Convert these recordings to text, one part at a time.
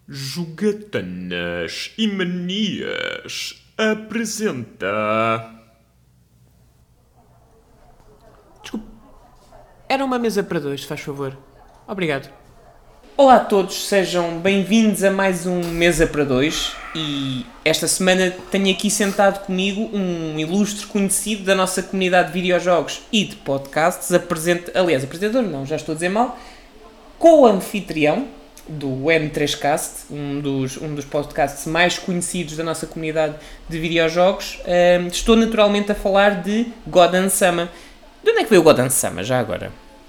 Jogatanas e Manias apresenta... Desculpe, era uma mesa para dois, faz favor. Obrigado. Olá a todos, sejam bem-vindos a mais um Mesa para Dois. E esta semana tenho aqui sentado comigo um ilustre conhecido da nossa comunidade de videojogos e de podcasts, apresentador não, já estou a dizer mal, co-anfitrião do M3Cast, um dos podcasts mais conhecidos da nossa comunidade de videojogos. Estou naturalmente a falar de Godan-sama. De onde é que veio o Godan-sama, já agora?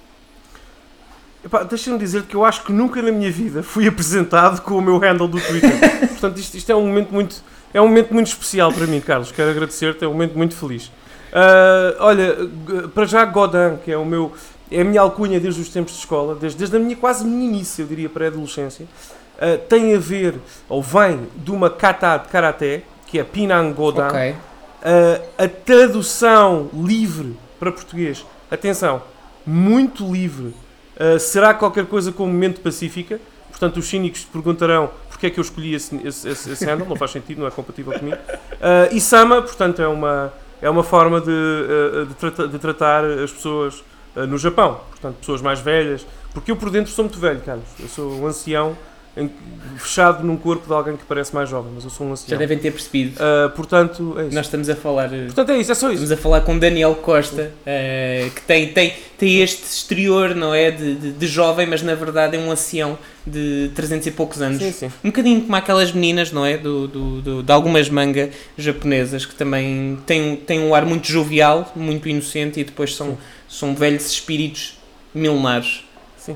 Epá, deixa-me dizer que eu acho que nunca na minha vida fui apresentado com o meu handle do Twitter. Portanto, isto é um momento muito especial para mim, Carlos. Quero agradecer-te, é um momento muito feliz. Olha, para já Godan, que é a minha alcunha desde os tempos de escola, desde a minha quase minha início, eu diria, pré-adolescência, tem a ver, ou vem de uma kata de karaté, que é Pinang Godan. Ok. A tradução livre para português, atenção, muito livre, será qualquer coisa como mente pacífica. Portanto, os cínicos te perguntarão porque é que eu escolhi esse handle, não faz sentido, não é compatível comigo. E Sama, portanto, é uma forma de tratar as pessoas no Japão, portanto, pessoas mais velhas, porque eu por dentro sou muito velho, Carlos. Eu sou um ancião fechado num corpo de alguém que parece mais jovem, mas eu sou um ancião. Já devem ter percebido. Portanto, é isso. Nós estamos a falar... Portanto, é isso, é só isso. Estamos a falar com Daniel Costa, que tem este exterior, não é, de jovem, mas na verdade é um ancião de 300 e poucos anos. Sim, sim. Um bocadinho como aquelas meninas, não é, de algumas mangas japonesas, que também têm um ar muito jovial, muito inocente, e depois são velhos espíritos milenares.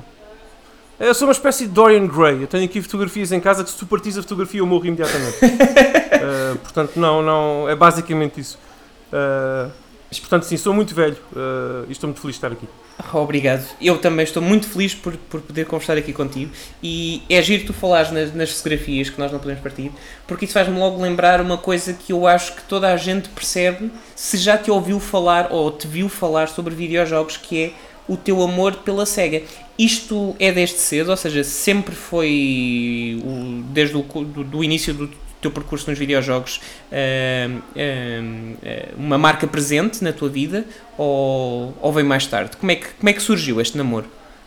Eu sou uma espécie de Dorian Gray. Eu tenho aqui fotografias em casa que se tu partires a fotografia eu morro imediatamente. Portanto, não, é basicamente isso. Portanto, sim, sou muito velho e estou muito feliz de estar aqui. Obrigado. Eu também estou muito feliz por poder conversar aqui contigo. E é giro tu falares nas fotografias, que nós não podemos partir, porque isso faz-me logo lembrar uma coisa que eu acho que toda a gente percebe se já te ouviu falar ou te viu falar sobre videojogos, que é o teu amor pela SEGA. Isto é desde cedo, ou seja, sempre foi, desde o início do teu percurso nos videojogos, uma marca presente na tua vida, ou vem mais tarde? Como é que surgiu este namoro?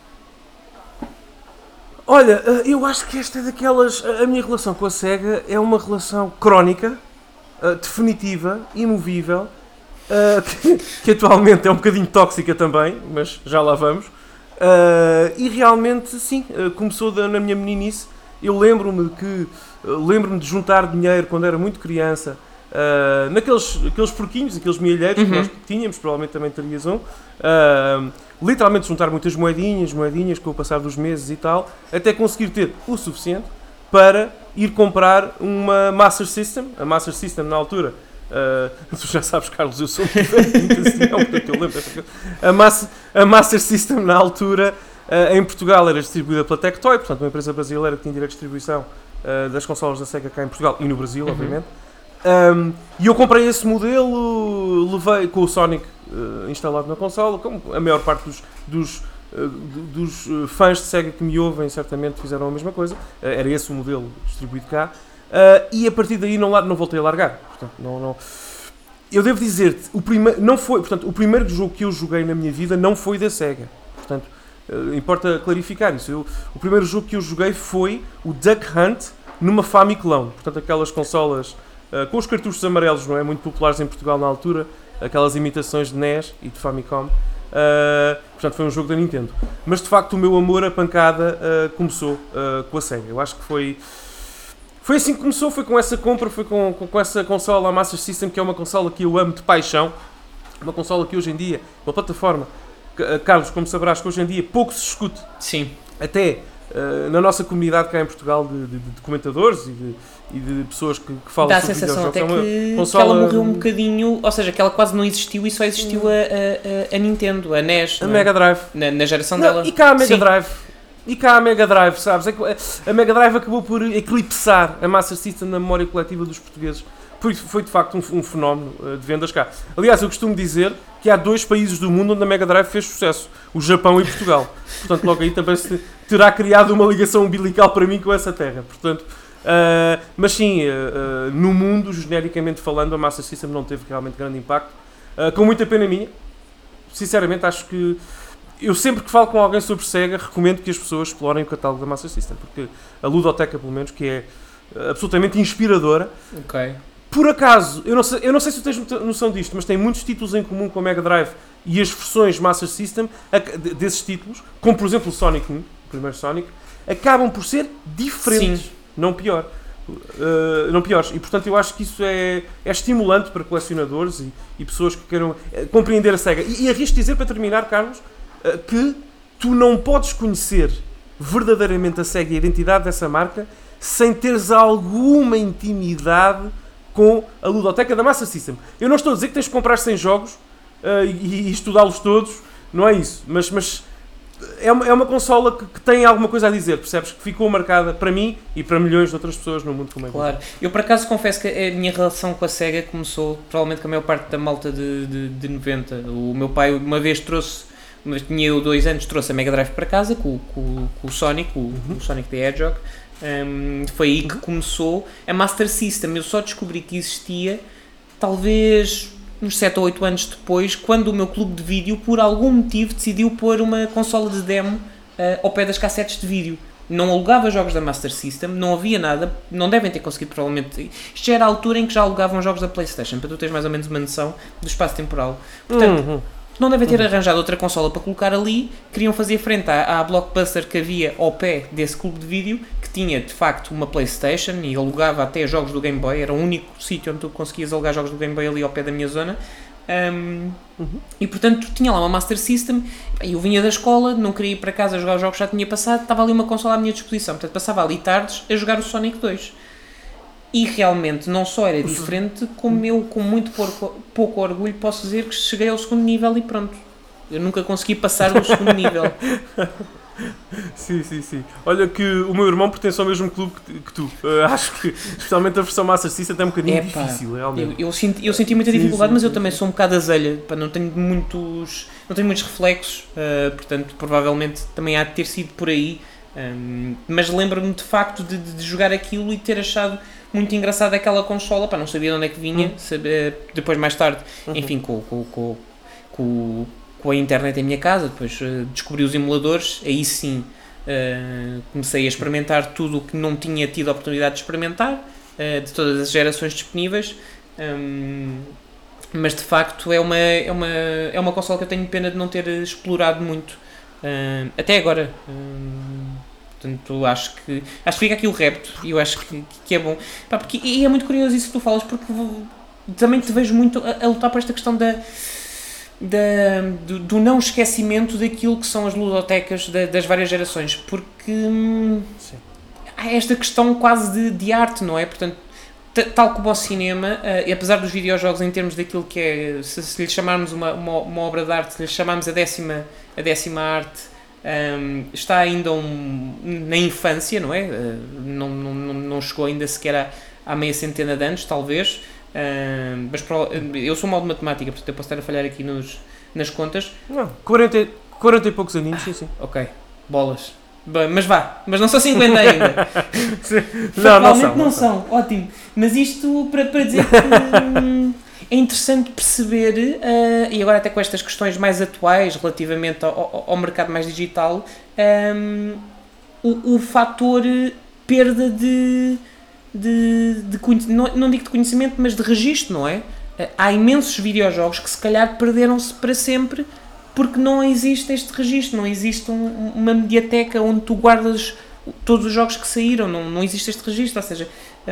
Olha, eu acho que esta é daquelas... A minha relação com a SEGA é uma relação crónica, definitiva, imovível, que atualmente é um bocadinho tóxica também, mas já lá vamos. E realmente, sim, começou na minha meninice. Eu lembro-me de juntar dinheiro quando era muito criança, naqueles porquinhos, aqueles milheiros que nós tínhamos, provavelmente também terias um. Literalmente juntar muitas moedinhas com o passar dos meses e tal, até conseguir ter o suficiente para ir comprar uma Master System. A Master System na altura... tu já sabes, Carlos, eu sou muito ancião, portanto eu lembro desta coisa. A Master System na altura em Portugal era distribuída pela Tectoy, portanto uma empresa brasileira que tinha direito de distribuição das consolas da SEGA cá em Portugal e no Brasil, obviamente. E eu comprei esse modelo, levei com o Sonic instalado na consola, como a maior parte dos fãs de SEGA que me ouvem certamente fizeram a mesma coisa. Era esse o modelo distribuído cá. E a partir daí não voltei a largar. Portanto, não. Eu devo dizer-te, o primeiro jogo que eu joguei na minha vida não foi da SEGA. Portanto, importa clarificar isso. O primeiro jogo que eu joguei foi o Duck Hunt numa Famiclone. Portanto, aquelas consolas com os cartuchos amarelos, não é? Muito populares em Portugal na altura. Aquelas imitações de NES e de Famicom. Portanto, foi um jogo da Nintendo. Mas, de facto, o meu amor à pancada começou com a SEGA. Eu acho que foi assim que começou, foi com essa compra, foi com essa consola, a Master System, que é uma consola que eu amo de paixão, uma consola que hoje em dia, uma plataforma, Carlos, como sabrás, que hoje em dia pouco se escute. Sim. Até na nossa comunidade cá em Portugal de comentadores e de pessoas que falam Dá sobre a sensação videojogos. até consola... que ela morreu um bocadinho, ou seja, que ela quase não existiu e só existiu a Nintendo, a NES. A Mega Drive. Na geração dela. E cá a Mega Drive. E cá a Mega Drive, sabes? A Mega Drive acabou por eclipsar a Master System na memória coletiva dos portugueses. Foi de facto um fenómeno de vendas cá. Aliás, eu costumo dizer que há 2 países do mundo onde a Mega Drive fez sucesso. o Japão e Portugal. Portanto, logo aí também se terá criado uma ligação umbilical para mim com essa terra. Portanto, mas sim, no mundo, genericamente falando, a Master System não teve realmente grande impacto. Com muita pena minha. Sinceramente, acho que eu sempre que falo com alguém sobre Sega, recomendo que as pessoas explorem o catálogo da Master System, porque a ludoteca, pelo menos, que é absolutamente inspiradora. Ok. Por acaso, eu não sei se tu tens noção disto, mas tem muitos títulos em comum com a Mega Drive e as versões Master System desses títulos, como por exemplo o Sonic 1, o primeiro Sonic, acabam por ser diferentes, Sim. não piores. E portanto eu acho que isso é estimulante para colecionadores e pessoas que queiram compreender a SEGA. E arrisco dizer, para terminar, Carlos, que tu não podes conhecer verdadeiramente a SEGA e a identidade dessa marca sem teres alguma intimidade com a ludoteca da Master System. Eu não estou a dizer que tens de comprar 100 jogos e estudá-los todos, não é isso, mas é uma consola que tem alguma coisa a dizer, percebes? Que ficou marcada para mim e para milhões de outras pessoas no mundo como é. Claro. Eu por acaso confesso que a minha relação com a SEGA começou provavelmente com a maior parte da malta de 90. O meu pai uma vez trouxe, mas tinha eu 2 anos, trouxe a Mega Drive para casa com o Sonic, o Sonic the Hedgehog. Foi aí que começou a Master System. Eu só descobri que existia talvez uns 7 ou 8 anos depois, quando o meu clube de vídeo por algum motivo decidiu pôr uma consola de demo ao pé das cassetes de vídeo. Não alugava jogos da Master System, não havia nada, não devem ter conseguido provavelmente. Isto já era a altura em que já alugavam jogos da PlayStation, para tu teres mais ou menos uma noção do espaço temporal. Portanto, não devem ter arranjado outra consola para colocar ali, queriam fazer frente à Blockbuster que havia ao pé desse clube de vídeo, que tinha de facto uma PlayStation e alugava até jogos do Game Boy, era o único sítio onde tu conseguias alugar jogos do Game Boy ali ao pé da minha zona. E portanto tinha lá uma Master System, eu vinha da escola, não queria ir para casa jogar os jogos que já tinha passado, estava ali uma consola à minha disposição, portanto passava ali tardes a jogar o Sonic 2. E realmente não só era diferente, como eu com muito pouco orgulho posso dizer que cheguei ao segundo nível e pronto. Eu nunca consegui passar do segundo nível. Sim. Olha que o meu irmão pertence ao mesmo clube que tu. Acho que especialmente a versão Master System é um bocadinho difícil, realmente. Eu senti muita dificuldade, mas eu também sou um bocado azelha, não tenho muitos reflexos, portanto provavelmente também há de ter sido por aí. Mas lembro-me de facto de jogar aquilo e ter achado muito engraçado aquela consola, não sabia de onde é que vinha, depois mais tarde, enfim, com a internet em minha casa, depois descobri os emuladores, aí sim comecei a experimentar tudo o que não tinha tido a oportunidade de experimentar, de todas as gerações disponíveis, mas de facto é uma consola que eu tenho pena de não ter explorado muito, até agora. Portanto, acho que fica aqui o repto e eu acho que é bom. Porque, e é muito curioso isso que tu falas, porque também te vejo muito a lutar por esta questão do não esquecimento daquilo que são as ludotecas das várias gerações, porque há esta questão quase de arte, não é? Portanto, tal como ao cinema, e apesar dos videojogos em termos daquilo que é, se lhe chamarmos uma obra de arte, se lhe chamarmos a décima arte, está ainda na infância, não é? Não chegou ainda sequer à meia centena de anos, talvez, mas eu sou mal de matemática, portanto eu posso estar a falhar aqui nas contas. Não, 40 e poucos aninhos, sim. Ok, bolas. Bem, mas não são 50 ainda. não são, ótimo. Mas isto para dizer que é interessante perceber, e agora até com estas questões mais atuais relativamente ao mercado mais digital, o fator perda não digo de conhecimento, mas de registro, não é? Há imensos videojogos que se calhar perderam-se para sempre porque não existe este registro, não existe uma mediateca onde tu guardas todos os jogos que saíram, não existe este registro, ou seja...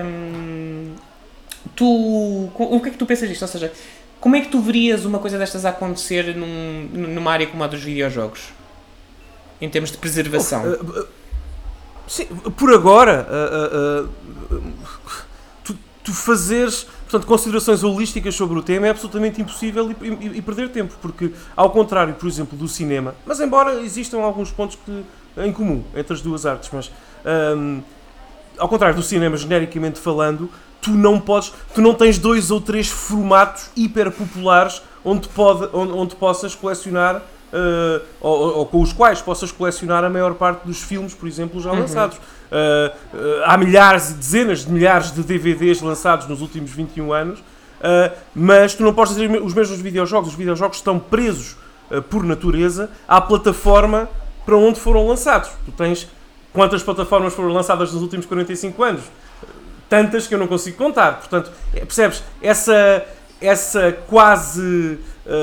o que é que tu pensas disto? Ou seja, como é que tu verias uma coisa destas a acontecer numa área como a dos videojogos? Em termos de preservação? Sim, por agora, tu fazeres, portanto, considerações holísticas sobre o tema é absolutamente impossível e perder tempo, porque, ao contrário, por exemplo, do cinema, mas embora existam alguns pontos em comum entre as duas artes, mas ao contrário do cinema, genericamente falando, tu não tens 2 ou 3 formatos hiper populares onde possas colecionar ou com os quais possas colecionar a maior parte dos filmes, por exemplo, já lançados. Há milhares e dezenas de milhares de DVDs lançados nos últimos 21 anos, mas tu não podes dizer os mesmos videojogos. Os videojogos estão presos, por natureza, à plataforma para onde foram lançados. Tu tens quantas plataformas foram lançadas nos últimos 45 anos? Tantas que eu não consigo contar. Portanto, percebes? Essa quase...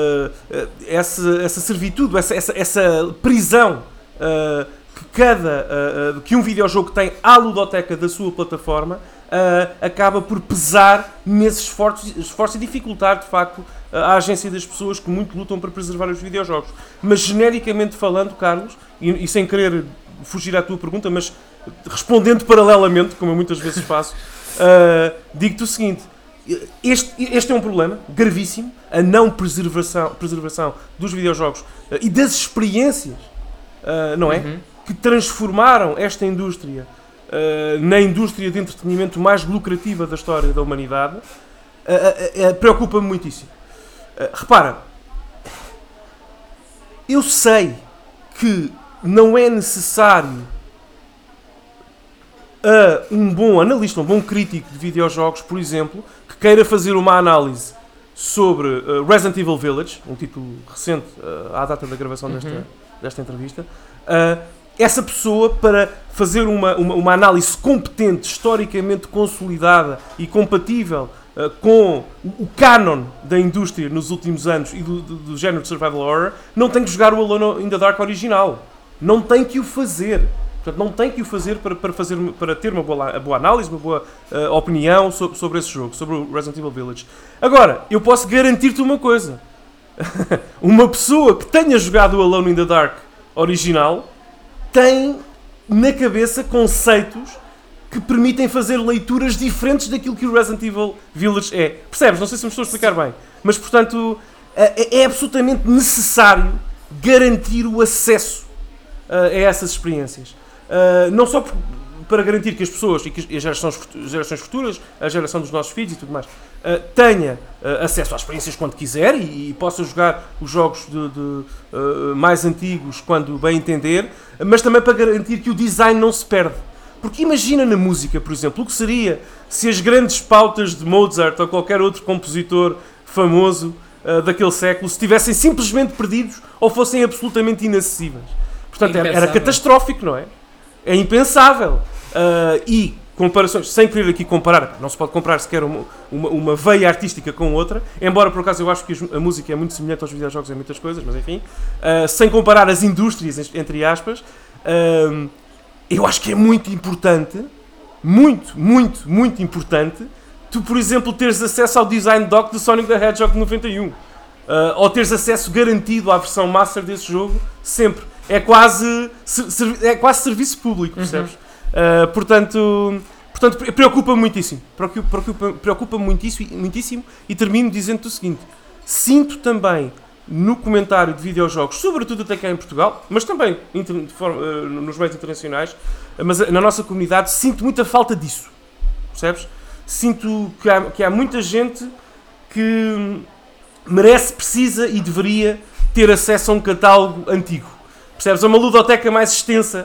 essa servitude, essa prisão que um videojogo tem à ludoteca da sua plataforma acaba por pesar nesses esforços e dificultar, de facto, a agência das pessoas que muito lutam para preservar os videojogos. Mas, genericamente falando, Carlos, e sem querer fugir à tua pergunta, mas respondendo paralelamente, como eu muitas vezes faço, digo-te o seguinte: este é um problema gravíssimo, a não preservação dos videojogos e das experiências, não é? Que transformaram esta indústria na indústria de entretenimento mais lucrativa da história da humanidade. Preocupa-me muitíssimo. Repara, eu sei que não é necessário um bom analista, um bom crítico de videojogos, por exemplo, que queira fazer uma análise sobre Resident Evil Village, um título recente à data da gravação desta entrevista. Essa pessoa, para fazer uma análise competente, historicamente consolidada e compatível com o canon da indústria nos últimos anos e do género de survival horror, não tem que jogar o Alone in the Dark original. Não tem que o fazer. Portanto, não tem que o fazer para ter uma boa análise, uma boa opinião sobre esse jogo, sobre o Resident Evil Village. Agora, eu posso garantir-te uma coisa. Uma pessoa que tenha jogado o Alone in the Dark original tem na cabeça conceitos que permitem fazer leituras diferentes daquilo que o Resident Evil Village é. Percebes? Não sei se me estou a explicar bem. Mas, portanto, é absolutamente necessário garantir o acesso a essas experiências. Não só para garantir que as pessoas e que as gerações futuras, a geração dos nossos filhos e tudo mais, tenha acesso às experiências quando quiser e possa jogar os jogos mais antigos quando bem entender, mas também para garantir que o design não se perde. Porque imagina na música, por exemplo, o que seria se as grandes pautas de Mozart ou qualquer outro compositor famoso daquele século se estivessem simplesmente perdidos ou fossem absolutamente inacessíveis. Portanto, era catastrófico, não é? É impensável. E comparações, sem querer aqui comparar, não se pode comparar sequer uma veia artística com outra, embora por acaso eu acho que a música é muito semelhante aos videojogos em muitas coisas, mas enfim, sem comparar as indústrias, entre aspas, eu acho que é muito importante, muito importante, tu, por exemplo, teres acesso ao design doc de Sonic the Hedgehog 91, ou teres acesso garantido à versão master desse jogo, sempre. É quase serviço público, percebes? Portanto, preocupa-me muitíssimo. Preocupa-me muitíssimo e termino dizendo-te o seguinte. Sinto também no comentário de videojogos, sobretudo até cá em Portugal, mas também nos meios internacionais, mas na nossa comunidade, sinto muita falta disso. Percebes? Sinto que há muita gente que merece, precisa e deveria ter acesso a um catálogo antigo. Percebes? É uma ludoteca mais extensa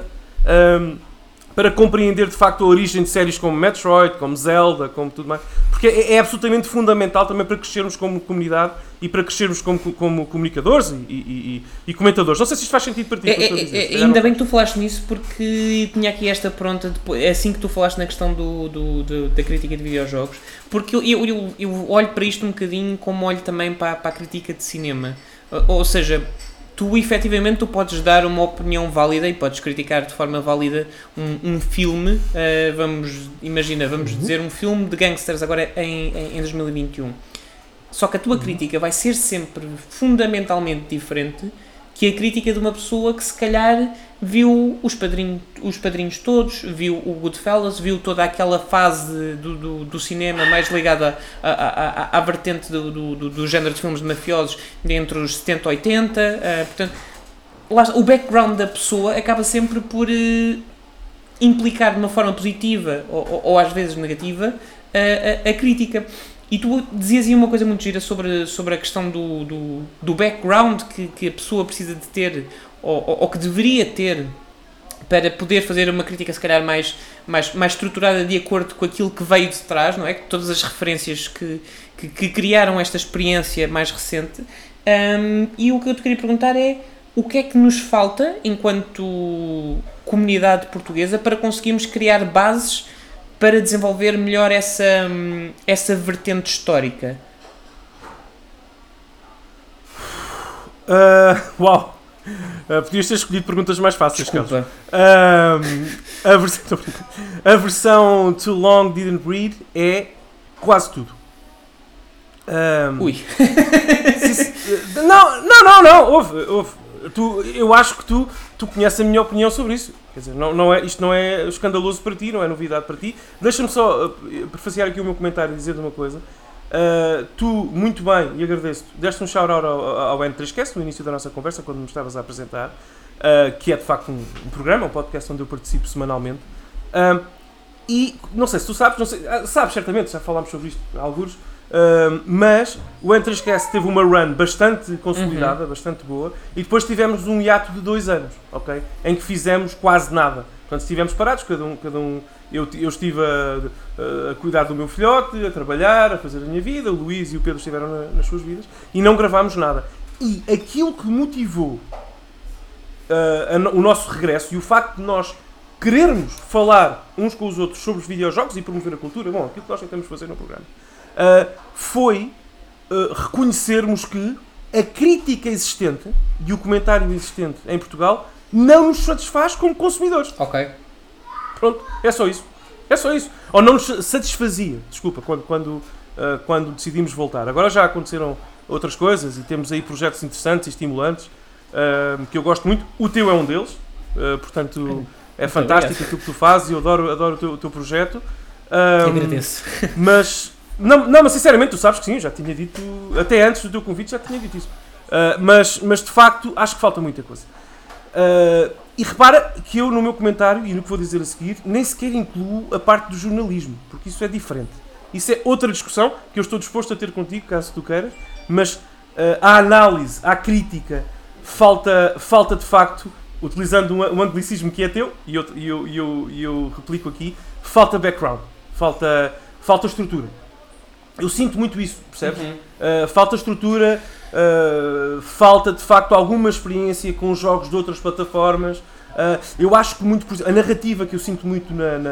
para compreender de facto a origem de séries como Metroid, como Zelda, como tudo mais. Porque é absolutamente fundamental também para crescermos como comunidade e para crescermos como comunicadores e comentadores. Não sei se isto faz sentido para ti. Ainda bem que tu falaste nisso, porque tinha aqui esta pronta, assim que tu falaste na questão da crítica de videojogos, porque eu olho para isto um bocadinho como olho também para a crítica de cinema. Ou seja, tu efetivamente podes dar uma opinião válida e podes criticar de forma válida um filme, vamos dizer um filme de gangsters agora em 2021. Só que a tua crítica vai ser sempre fundamentalmente diferente que a crítica de uma pessoa que se calhar viu os padrinhos todos, viu o Goodfellas, viu toda aquela fase do cinema mais ligada à vertente do género de filmes de mafiosos entre os 70 e 80. Portanto, o background da pessoa acaba sempre por implicar de uma forma positiva ou às vezes negativa a crítica. E tu dizias aí uma coisa muito gira sobre a questão do background que a pessoa precisa de ter, ou que deveria ter, para poder fazer uma crítica se calhar mais estruturada de acordo com aquilo que veio de trás, não é? Todas as referências que criaram esta experiência mais recente. E o que eu te queria perguntar é o que é que nos falta enquanto comunidade portuguesa para conseguirmos criar bases para desenvolver melhor essa vertente histórica? Uau! Podias ter escolhido perguntas mais fáceis, Desculpa. A versão Too Long Didn't Read é quase tudo. Ui. Não, houve. Eu acho que tu conheces a minha opinião sobre isso. Quer dizer, isto não é escandaloso para ti, não é novidade para ti. Deixa-me só prefaciar aqui o meu comentário e dizer-te uma coisa. Tu, muito bem, e agradeço-te, deste um shout-out ao N3Cast no início da nossa conversa, quando me estavas a apresentar, que é de facto um programa, um podcast onde eu participo semanalmente. E não sei se tu sabes, sabes certamente, já falámos sobre isto alguns, mas o N3Cast teve uma run bastante consolidada, bastante boa, e depois tivemos um hiato de 2 anos, ok? Em que fizemos quase nada. Portanto, estivemos parados, cada um eu estive a cuidar do meu filhote, a trabalhar, a fazer a minha vida, o Luís e o Pedro estiveram nas suas vidas, e não gravámos nada. E aquilo que motivou o nosso regresso e o facto de nós querermos falar uns com os outros sobre os videojogos e promover a cultura, bom, aquilo que nós tentamos fazer no programa, foi reconhecermos que a crítica existente e o comentário existente em Portugal não nos satisfaz como consumidores. Ok. Pronto, é só isso. Ou não nos satisfazia, desculpa, quando decidimos voltar. Agora já aconteceram outras coisas e temos aí projetos interessantes e estimulantes que eu gosto muito. O teu é um deles, portanto é fantástico aquilo que tu fazes e eu adoro o teu projeto. Agradeço. Mas sinceramente, tu sabes que sim, eu já tinha dito, até antes do teu convite já tinha dito isso. Mas de facto acho que falta muita coisa. E repara que eu no meu comentário e no que vou dizer a seguir nem sequer incluo a parte do jornalismo, porque isso é diferente. Isso é outra discussão que eu estou disposto a ter contigo, caso tu queiras, mas a análise, a crítica, falta de facto, utilizando um anglicismo que é teu, e eu replico aqui, falta background, falta estrutura. Eu sinto muito isso, percebes? Falta estrutura, falta de facto alguma experiência com jogos de outras plataformas. Eu acho que muito, a narrativa que eu sinto muito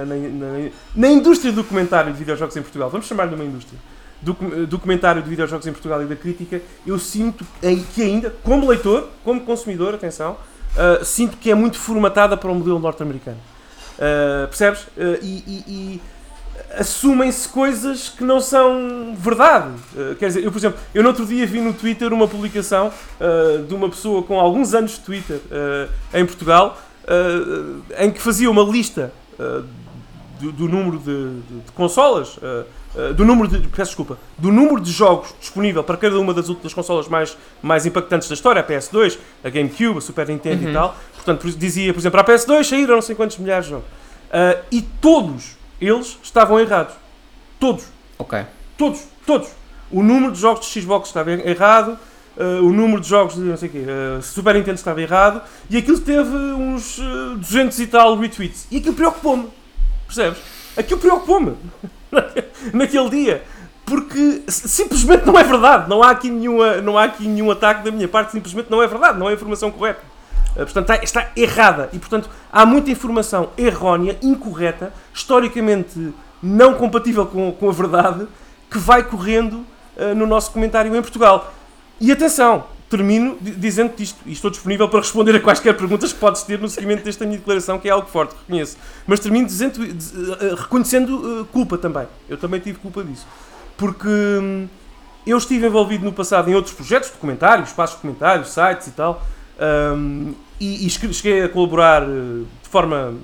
na indústria do documentário de videojogos em Portugal, vamos chamar-lhe uma indústria, do comentário de videojogos em Portugal e da crítica, eu sinto que ainda, como leitor, como consumidor, atenção, sinto que é muito formatada para o modelo norte-americano. Percebes? E assumem-se coisas que não são verdade. Quer dizer, eu, por exemplo, no outro dia vi no Twitter uma publicação de uma pessoa com alguns anos de Twitter em Portugal, em que fazia uma lista do número de consolas, do número de jogos disponível para cada uma das consolas mais impactantes da história, a PS2, a GameCube, a Super Nintendo e tal. Portanto, dizia, por exemplo, a PS2 saíram não sei quantos milhares de jogos. E todos eles estavam errados. Todos. Ok. Todos. O número de jogos de Xbox estava errado, o número de jogos de não sei o quê, Super Nintendo estava errado, e aquilo teve uns 200 e tal retweets. E aquilo preocupou-me. Percebes? Aquilo preocupou-me. Naquele dia. Porque simplesmente não é verdade. Não há aqui nenhum ataque da minha parte. Simplesmente não é verdade. Não é a informação correta. Portanto, está errada. E, portanto, há muita informação errónea, incorreta, historicamente não compatível com a verdade, que vai correndo no nosso comentário em Portugal. E atenção, termino dizendo-te isto, e estou disponível para responder a quaisquer perguntas que podes ter no seguimento desta minha declaração, que é algo forte, reconheço. Mas termino reconhecendo culpa também. Eu também tive culpa disso. Porque eu estive envolvido no passado em outros projetos de documentários, espaços de documentários, sites e tal, e cheguei a colaborar de forma...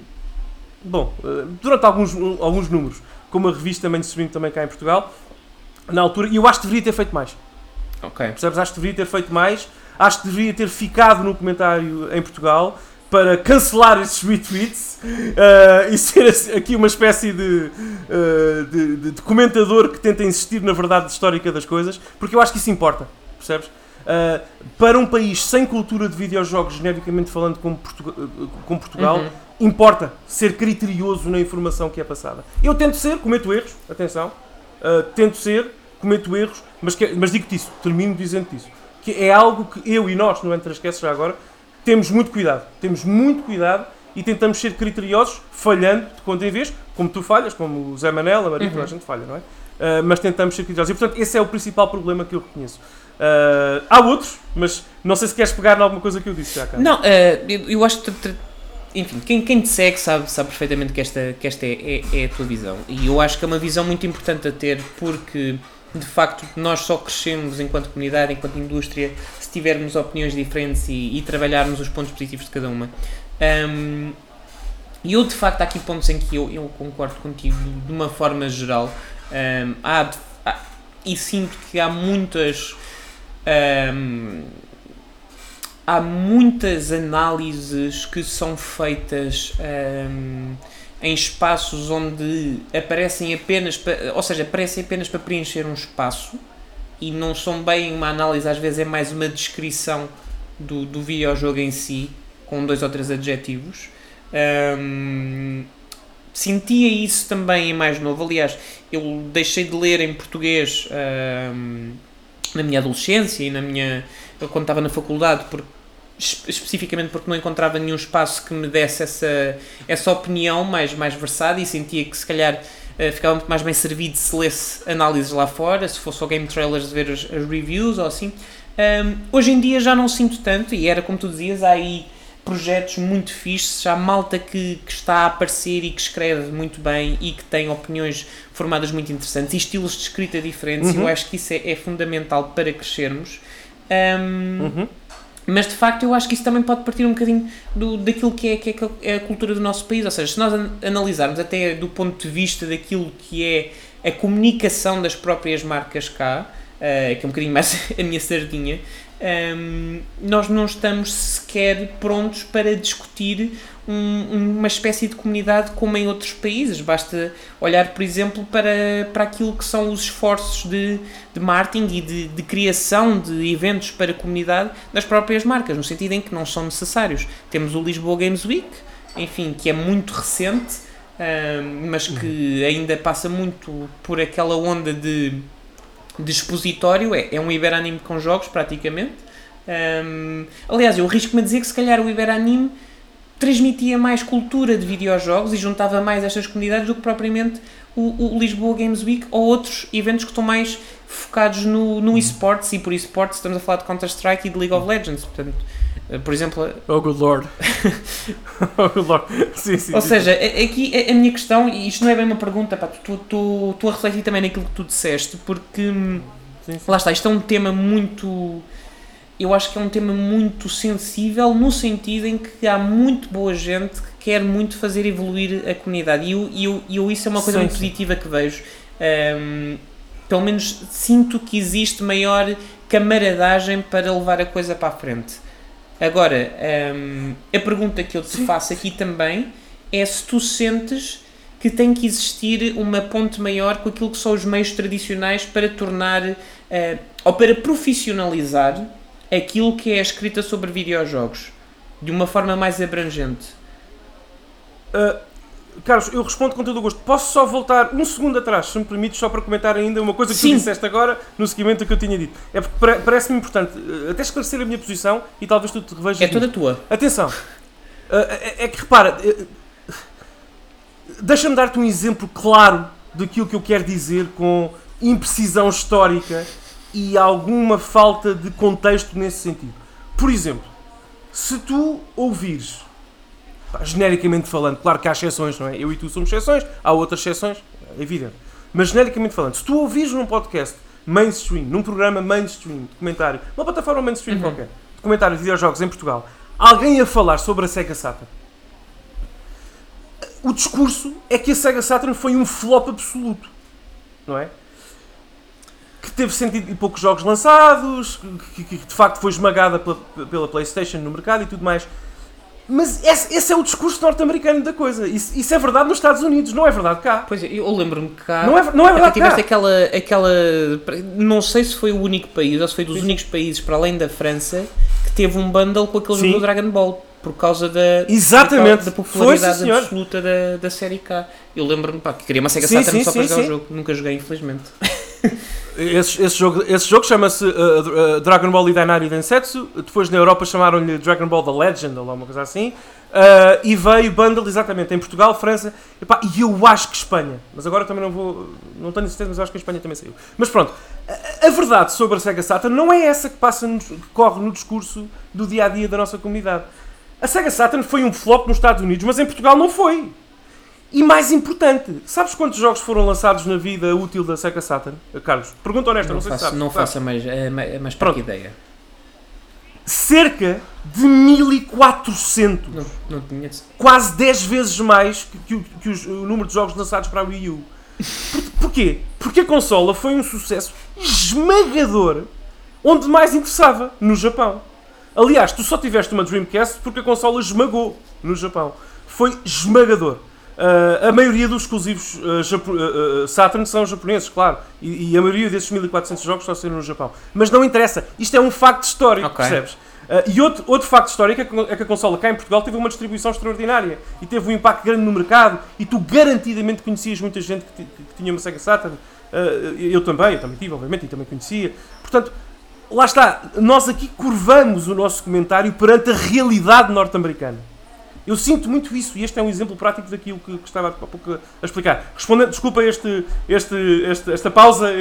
durante alguns números, com uma revista mainstream também cá em Portugal, na altura, e eu acho que deveria ter feito mais. Ok. Percebes? Acho que deveria ter feito mais, acho que deveria ter ficado no comentário em Portugal, para cancelar esses retweets e ser aqui uma espécie de comentador que tenta insistir na verdade histórica das coisas, porque eu acho que isso importa, percebes? Para um país sem cultura de videojogos, genericamente falando, como Portugal, importa ser criterioso na informação que é passada. Eu tento ser, cometo erros, atenção, cometo erros, mas digo-te isso, termino dizendo-te isso, que é algo que eu e nós, no Entre as Esqueces já agora, temos muito cuidado e tentamos ser criteriosos, falhando de quando em vez, como tu falhas, como o Zé Manel, a Maria, toda a gente falha, não é? Mas tentamos ser criteriosos. E, portanto, esse é o principal problema que eu reconheço. Há outros, mas não sei se queres pegar em alguma coisa que eu disse já, cara. Não, eu acho que, enfim, quem te segue sabe perfeitamente que esta é a tua visão. E eu acho que é uma visão muito importante a ter, porque, de facto, nós só crescemos enquanto comunidade, enquanto indústria, se tivermos opiniões diferentes e trabalharmos os pontos positivos de cada uma. E eu, de facto, há aqui pontos em que eu concordo contigo de uma forma geral. E sinto que há muitas análises que são feitas em espaços onde aparecem apenas para preencher um espaço e não são bem uma análise, às vezes é mais uma descrição do videojogo em si, com 2 ou 3 adjetivos. Sentia isso também em mais novo. Aliás, eu deixei de ler em português na minha adolescência e quando estava na faculdade, especificamente porque não encontrava nenhum espaço que me desse essa opinião mais versada, e sentia que se calhar ficava muito mais bem servido se lesse análises lá fora, se fosse ao Game Trailers de ver as reviews ou assim. Hoje em dia já não sinto tanto, e era como tu dizias, há aí projetos muito fixes, já há malta que está a aparecer e que escreve muito bem e que tem opiniões formadas muito interessantes e estilos de escrita diferentes. Eu acho que isso é fundamental para crescermos. Mas de facto eu acho que isso também pode partir um bocadinho daquilo que é a cultura do nosso país, ou seja, se nós analisarmos até do ponto de vista daquilo que é a comunicação das próprias marcas cá, que é um bocadinho mais a minha sardinha, nós não estamos sequer prontos para discutir uma espécie de comunidade como em outros países. Basta olhar, por exemplo, para aquilo que são os esforços de marketing e de criação de eventos para a comunidade das próprias marcas, no sentido em que não são necessários. Temos o Lisboa Games Week, enfim, que é muito recente, mas que ainda passa muito por aquela onda de expositório. É um Iberanime com jogos, praticamente. Aliás, eu arrisco-me a dizer que se calhar o Iberanime transmitia mais cultura de videojogos e juntava mais estas comunidades do que propriamente o Lisboa Games Week ou outros eventos que estão mais focados no eSports, e por eSports estamos a falar de Counter-Strike e de League of Legends, portanto, por exemplo... Oh, good Lord. Oh, good Lord. Sim. Ou seja, aqui a minha questão, e isto não é bem uma pergunta, pá, tu a refletir também naquilo que tu disseste, porque lá está, isto é um tema muito... Eu acho que é um tema muito sensível, no sentido em que há muito boa gente que quer muito fazer evoluir a comunidade, e eu isso é uma coisa muito positiva que vejo. Pelo menos sinto que existe maior camaradagem para levar a coisa para a frente. Agora, a pergunta que eu te faço aqui também é se tu sentes que tem que existir uma ponte maior com aquilo que são os meios tradicionais para tornar, ou para profissionalizar aquilo que é a escrita sobre videojogos, de uma forma mais abrangente. Carlos, eu respondo com todo o gosto. Posso só voltar um segundo atrás, se me permites, só para comentar ainda uma coisa que tu disseste agora, no seguimento que eu tinha dito. É porque parece-me importante até esclarecer a minha posição e talvez tu te revejas. É toda tua. Atenção. É que repara, deixa-me dar-te um exemplo claro daquilo que eu quero dizer com imprecisão histórica e alguma falta de contexto nesse sentido. Por exemplo, se tu ouvires, genericamente falando, claro que há exceções, não é? Eu e tu somos exceções, há outras exceções, é evidente. Mas genericamente falando, se tu ouvires num podcast mainstream, num programa mainstream, documentário, numa plataforma mainstream qualquer, documentário de videojogos em Portugal, alguém a falar sobre a Sega Saturn, o discurso é que a Sega Saturn foi um flop absoluto, não é? Que teve 100 e poucos jogos lançados, que de facto foi esmagada pela PlayStation no mercado e tudo mais. Mas esse é o discurso norte-americano da coisa. Isso é verdade nos Estados Unidos, não é verdade cá. Pois é, eu lembro-me que cá... Não é verdade tiveste cá. aquela... Não sei se foi o único país, ou se foi dos únicos países, para além da França, que teve um bundle com aquele jogo do Dragon Ball. Por causa da popularidade absoluta da série K. Eu lembro-me que queria uma Sega Saturn só para jogar o jogo. Nunca joguei, infelizmente. Esse jogo chama-se Dragon Ball Idainari Densetsu. Depois na Europa chamaram-lhe Dragon Ball The Legend ou uma coisa assim. E veio bundle exatamente em Portugal, França e eu acho que Espanha. Mas agora também não tenho certeza, mas eu acho que a Espanha também saiu. Mas pronto, a verdade sobre a Sega Saturn não é essa que corre no discurso do dia-a-dia da nossa comunidade. A Sega Saturn foi um flop nos Estados Unidos, mas em Portugal não foi. E mais importante, sabes quantos jogos foram lançados na vida útil da Sega Saturn? Carlos, pergunta honesta, não sei se sabes. Não faço a mais pouca ideia. Cerca de 1400. Não tinha... Quase 10 vezes mais que o número de jogos lançados para a Wii U. Porquê? Porque a consola foi um sucesso esmagador onde mais interessava, no Japão. Aliás, tu só tiveste uma Dreamcast porque a consola esmagou no Japão. Foi esmagador. A maioria dos exclusivos Saturn são japoneses, claro. E a maioria desses 1400 jogos só saíram no Japão. Mas não interessa. Isto é um facto histórico, percebes? E outro facto histórico é que a consola cá em Portugal teve uma distribuição extraordinária. E teve um impacto grande no mercado. E tu garantidamente conhecias muita gente que tinha uma Sega Saturn. Eu também tive, obviamente, e também conhecia. Portanto... Lá está, nós aqui curvamos o nosso comentário perante a realidade norte-americana. Eu sinto muito isso e este é um exemplo prático daquilo que estava há pouco a explicar. Respondendo, desculpa esta pausa,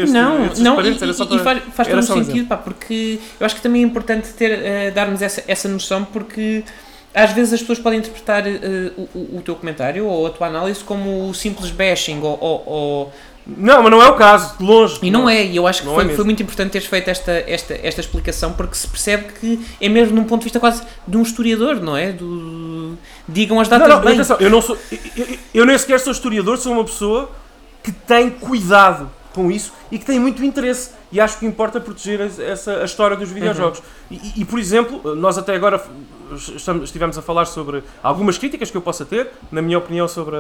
faz todo o sentido, porque eu acho que também é importante darmos essa noção, porque às vezes as pessoas podem interpretar o teu comentário ou a tua análise como simples bashing ou não, mas não é o caso, de longe. E não é, e eu acho que foi muito importante teres feito esta explicação, porque se percebe que é mesmo num ponto de vista quase de um historiador, não é? Digam as datas bem. Atenção, eu nem sequer sou historiador, sou uma pessoa que tem cuidado com isso e que tem muito interesse. E acho que importa proteger a história dos videojogos. E, por exemplo, nós até agora estivemos a falar sobre algumas críticas que eu possa ter, na minha opinião, sobre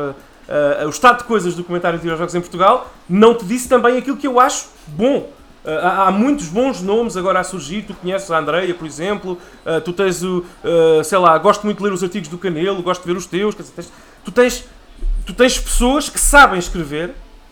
o estado de coisas do comentário de videojogos em Portugal. Não te disse também aquilo que eu acho bom. Há muitos bons nomes agora a surgir. Tu conheces a Andreia, por exemplo. Tu tens gosto muito de ler os artigos do Canelo, gosto de ver os teus. Tu tens pessoas que sabem escrever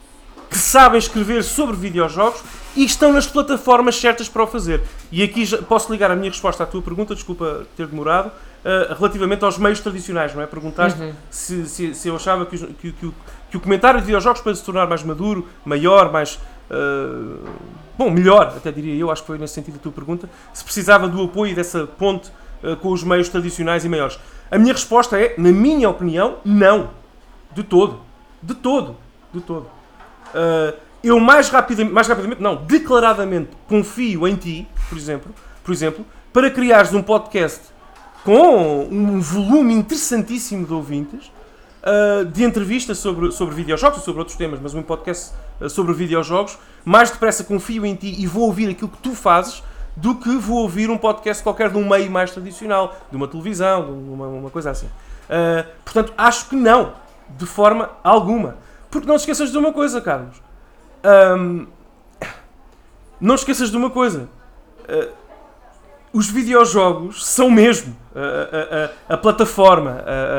sobre videojogos e estão nas plataformas certas para o fazer. E aqui já posso ligar a minha resposta à tua pergunta, desculpa ter demorado, relativamente aos meios tradicionais, não é? Perguntaste se eu achava que o comentário de videojogos para se tornar mais maduro, maior, mais... melhor, até diria eu, acho que foi nesse sentido a tua pergunta, se precisava do apoio dessa ponte com os meios tradicionais e maiores. A minha resposta é, na minha opinião, não. De todo. Eu declaradamente confio em ti, por exemplo, para criares um podcast com um volume interessantíssimo de ouvintes, de entrevistas sobre videojogos, sobre outros temas, mas um podcast sobre videojogos. Mais depressa confio em ti e vou ouvir aquilo que tu fazes do que vou ouvir um podcast qualquer de um meio mais tradicional, de uma televisão, de uma coisa assim. Portanto, acho que não, de forma alguma. Porque não te esqueças de uma coisa, Carlos. Não te esqueças de uma coisa. Os videojogos são mesmo a plataforma,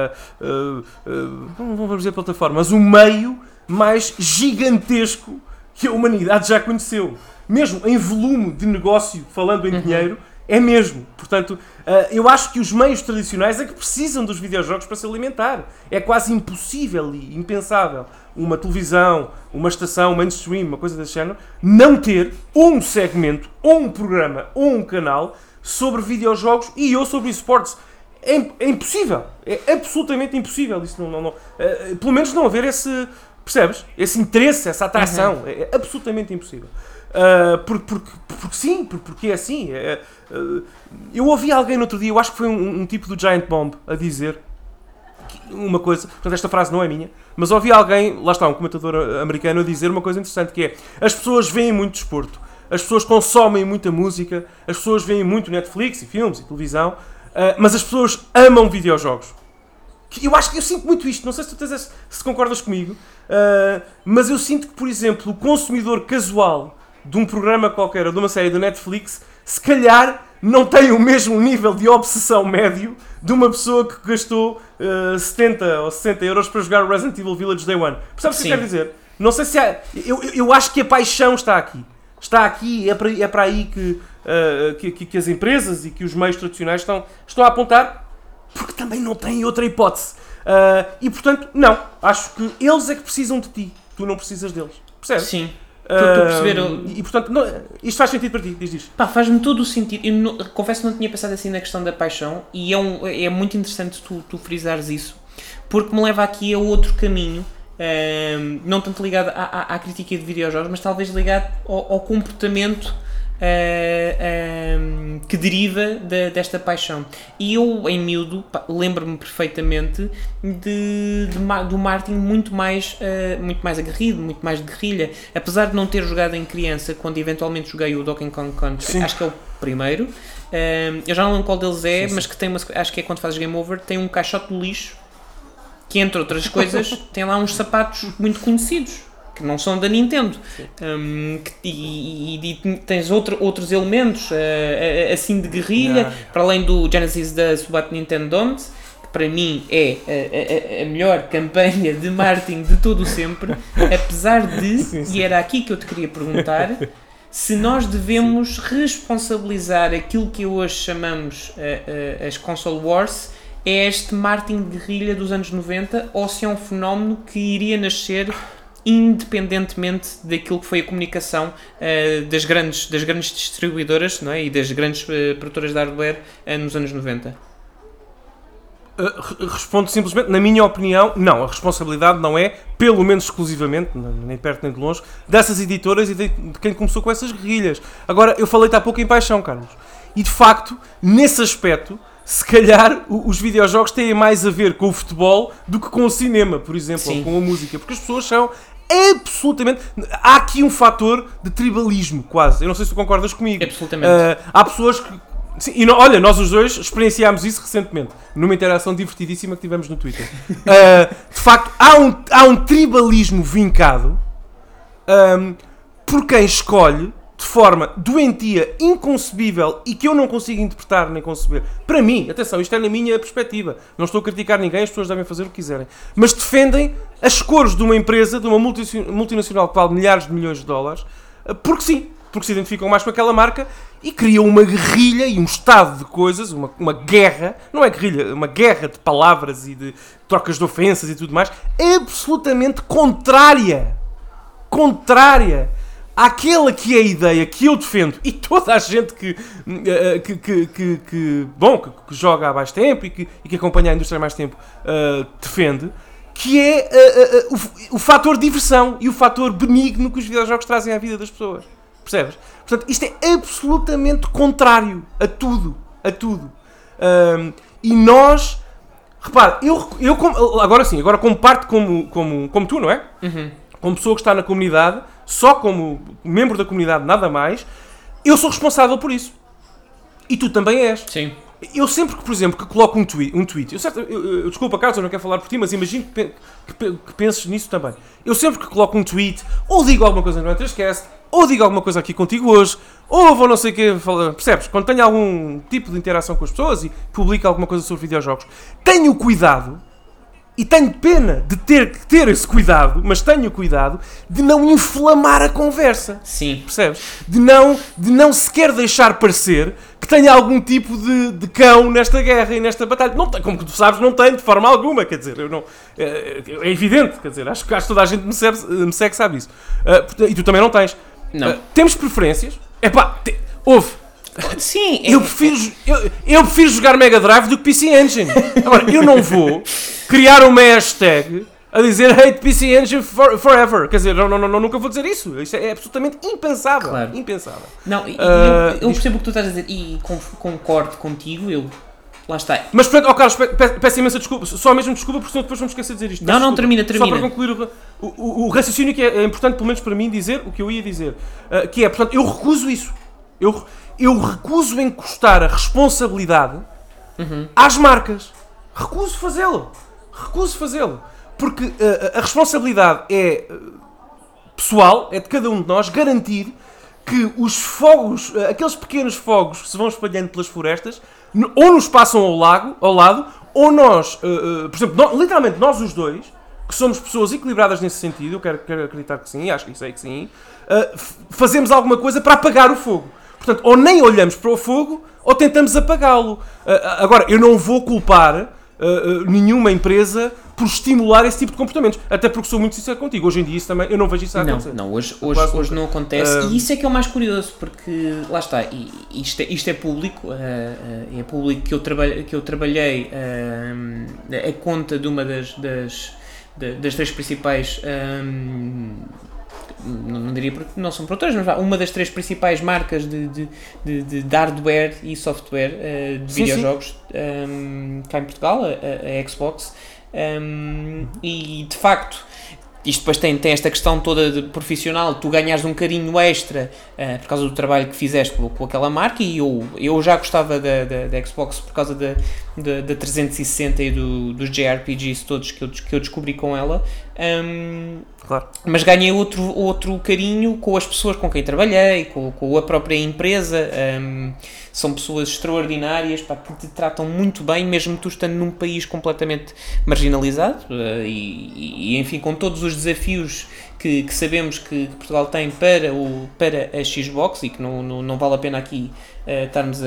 não vamos dizer plataforma, mas o meio mais gigantesco que a humanidade já conheceu. Mesmo em volume de negócio, falando em dinheiro, é mesmo. Portanto, eu acho que os meios tradicionais é que precisam dos videojogos para se alimentar. É quase impossível e impensável uma televisão, uma estação, mainstream, uma coisa desse género, não ter um segmento, ou um programa, ou um canal sobre videojogos e ou sobre esportes. É impossível. É absolutamente impossível. Isso não, pelo menos não haver esse... Percebes? Esse interesse, essa atração. É absolutamente impossível. Porque é assim. Eu ouvi alguém no outro dia, eu acho que foi um tipo do Giant Bomb, a dizer uma coisa, portanto esta frase não é minha, mas ouvi alguém, lá está, um comentador americano, a dizer uma coisa interessante, que é: as pessoas veem muito desporto, as pessoas consomem muita música, as pessoas veem muito Netflix e filmes e televisão, Mas as pessoas amam videojogos. Eu sinto muito isto, não sei se concordas comigo, mas eu sinto que, por exemplo, o consumidor casual de um programa qualquer ou de uma série do Netflix, se calhar não tem o mesmo nível de obsessão médio de uma pessoa que gastou 70 ou 60 euros para jogar Resident Evil Village Day One. Percebes o que eu quero dizer? Não sei se há... Eu acho que a paixão está aqui. Está aqui, é para aí que as empresas e que os meios tradicionais estão a apontar, porque também não têm outra hipótese. E portanto, não. Acho que eles é que precisam de ti. Tu não precisas deles. Percebes? Sim. Estou a perceber. E portanto, não, isto faz sentido para ti, diz. Pá, faz-me todo o sentido. Eu confesso que não tinha pensado assim na questão da paixão, e é muito interessante tu frisares isso, porque me leva aqui a outro caminho, não tanto ligado à crítica de videojogos, mas talvez ligado ao comportamento que deriva desta paixão. E eu, em miúdo, lembro-me perfeitamente do Martin muito mais aguerrido, muito mais de guerrilha. Apesar de não ter jogado em criança, quando eventualmente joguei o Donkey Kong Country, sim, acho que é o primeiro, eu já não lembro qual deles é, sim, mas que tem acho que é quando fazes game over, tem um caixote de lixo que, entre outras coisas, tem lá uns sapatos muito conhecidos que não são da Nintendo, e tens outros elementos assim de guerrilha, para além do Genesis da Super Nintendo Domed, que para mim é a melhor campanha de marketing de todo o sempre, apesar de, sim. E era aqui que eu te queria perguntar, se nós devemos responsabilizar aquilo que hoje chamamos as console wars, é este marketing de guerrilha dos anos 90, ou se é um fenómeno que iria nascer independentemente daquilo que foi a comunicação das grandes distribuidoras, não é? E das grandes produtoras de hardware nos anos 90? Respondo simplesmente, na minha opinião, não. A responsabilidade não é, pelo menos exclusivamente, nem perto nem de longe, dessas editoras e de quem começou com essas guerrilhas. Agora, eu falei-te há pouco em paixão, Carlos. E, de facto, nesse aspecto, se calhar os videojogos têm mais a ver com o futebol do que com o cinema, por exemplo, sim, ou com a música. Porque as pessoas são absolutamente... Há aqui um fator de tribalismo, quase. Eu não sei se tu concordas comigo. Absolutamente. Há pessoas que... Sim, e olha, nós os dois experienciámos isso recentemente, numa interação divertidíssima que tivemos no Twitter. De facto, há um tribalismo vincado por quem escolhe de forma doentia, inconcebível e que eu não consigo interpretar nem conceber. Para mim, atenção, isto é na minha perspectiva. Não estou a criticar ninguém, as pessoas devem fazer o que quiserem. Mas defendem as cores de uma empresa, de uma multinacional que vale milhares de milhões de dólares, porque sim, porque se identificam mais com aquela marca e criam uma guerrilha e um estado de coisas, uma guerra, não é guerrilha, uma guerra de palavras e de trocas de ofensas e tudo mais, absolutamente contrária àquela que é a ideia que eu defendo e toda a gente que joga há mais tempo e que acompanha a indústria há mais tempo defende, que é o fator diversão e o fator benigno que os videojogos trazem à vida das pessoas. Percebes? Portanto, isto é absolutamente contrário a tudo. E nós... Repara, agora como parte como tu, não é? Uhum. Como pessoa que está na comunidade, só como membro da comunidade, nada mais, eu sou responsável por isso. E tu também és. Sim. Eu sempre que, por exemplo, que coloco um tweet eu desculpa, Carlos, eu não quero falar por ti, mas imagino que penses nisso também. Eu sempre que coloco um tweet, ou digo alguma coisa no Antrascast, ou digo alguma coisa aqui contigo hoje, ou vou não sei o quê, percebes? Quando tenho algum tipo de interação com as pessoas e publico alguma coisa sobre videojogos, tenho cuidado, e tenho pena de ter que ter esse cuidado, mas tenho cuidado de não inflamar a conversa. Sim. Percebes? De não sequer deixar parecer que tenha algum tipo de cão nesta guerra e nesta batalha. Não tem, como tu sabes, não tenho de forma alguma, quer dizer, eu não, é evidente, quer dizer, acho que toda a gente me segue sabe isso. E tu também não tens. Não. Temos preferências? Houve. Sim. Eu prefiro jogar Mega Drive do que PC Engine. Agora, eu não vou criar uma hashtag a dizer hate PC Engine forever. Quer dizer, nunca vou dizer isso. Isso é absolutamente impensável. Claro. Impensável. Não, eu percebo o que tu estás a dizer e concordo contigo. Lá está. Mas, portanto, Carlos, peço imensa desculpa. Só mesmo desculpa, porque senão depois vamos esquecer de dizer isto. Não, termina. Só para concluir o raciocínio que é importante, pelo menos para mim, dizer o que eu ia dizer. Que é, portanto, eu recuso isso. Eu recuso encostar a responsabilidade às marcas. Recuso fazê-lo. Porque a responsabilidade é pessoal, é de cada um de nós, garantir que os fogos, aqueles pequenos fogos que se vão espalhando pelas florestas, ou nos passam ao lado, ou nós, por exemplo, literalmente nós os dois, que somos pessoas equilibradas nesse sentido, eu quero acreditar que sim, acho que sei que sim, fazemos alguma coisa para apagar o fogo. Portanto, ou nem olhamos para o fogo, ou tentamos apagá-lo. Agora, eu não vou culpar nenhuma empresa por estimular esse tipo de comportamentos. Até porque sou muito sincero contigo. Hoje em dia isso também, eu não vejo isso a acontecer. Não, hoje não acontece. E isso é que é o mais curioso, porque lá está, isto é público, é público que eu trabalhei a conta de uma das três principais, não diria porque não são produtores, mas uma das três principais marcas de hardware e software de videojogos cá em Portugal, a Xbox. E de facto isto depois tem esta questão toda de profissional, tu ganhares um carinho extra por causa do trabalho que fizeste com aquela marca, e eu já gostava da Xbox por causa da 360 e dos JRPGs todos que eu descobri com ela. Claro. Mas ganhei outro carinho com as pessoas com quem trabalhei, com a própria empresa. São pessoas extraordinárias, que te tratam muito bem, mesmo tu estando num país completamente marginalizado e enfim, com todos os desafios que sabemos que Portugal tem para a Xbox, e que não vale a pena aqui estarmos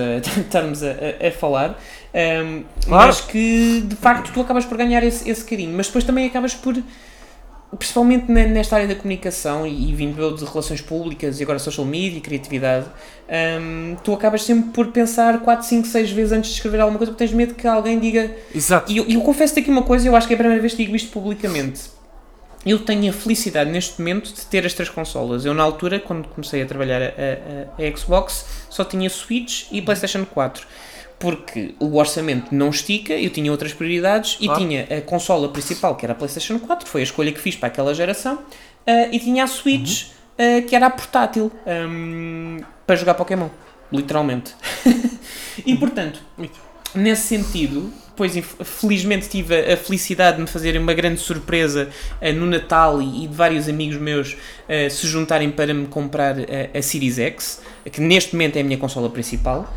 a falar, claro. Mas que de facto tu acabas por ganhar esse carinho, mas depois também acabas por, principalmente nesta área da comunicação e vindo eu de relações públicas e agora social media e criatividade, tu acabas sempre por pensar 4, 5, 6 vezes antes de escrever alguma coisa, porque tens medo que alguém diga... Exato. E eu confesso-te aqui uma coisa, eu acho que é a primeira vez que digo isto publicamente. Eu tenho a felicidade neste momento de ter as 3 consolas. Eu na altura, quando comecei a trabalhar a Xbox, só tinha Switch e PlayStation 4. Porque o orçamento não estica, eu tinha outras prioridades, claro. E tinha a consola principal, que era a PlayStation 4, foi a escolha que fiz para aquela geração, e tinha a Switch, que era a portátil, para jogar Pokémon, literalmente. E portanto, nesse sentido, depois felizmente tive a felicidade de me fazerem uma grande surpresa no Natal e de vários amigos meus se juntarem para me comprar a Series X, que neste momento é a minha consola principal.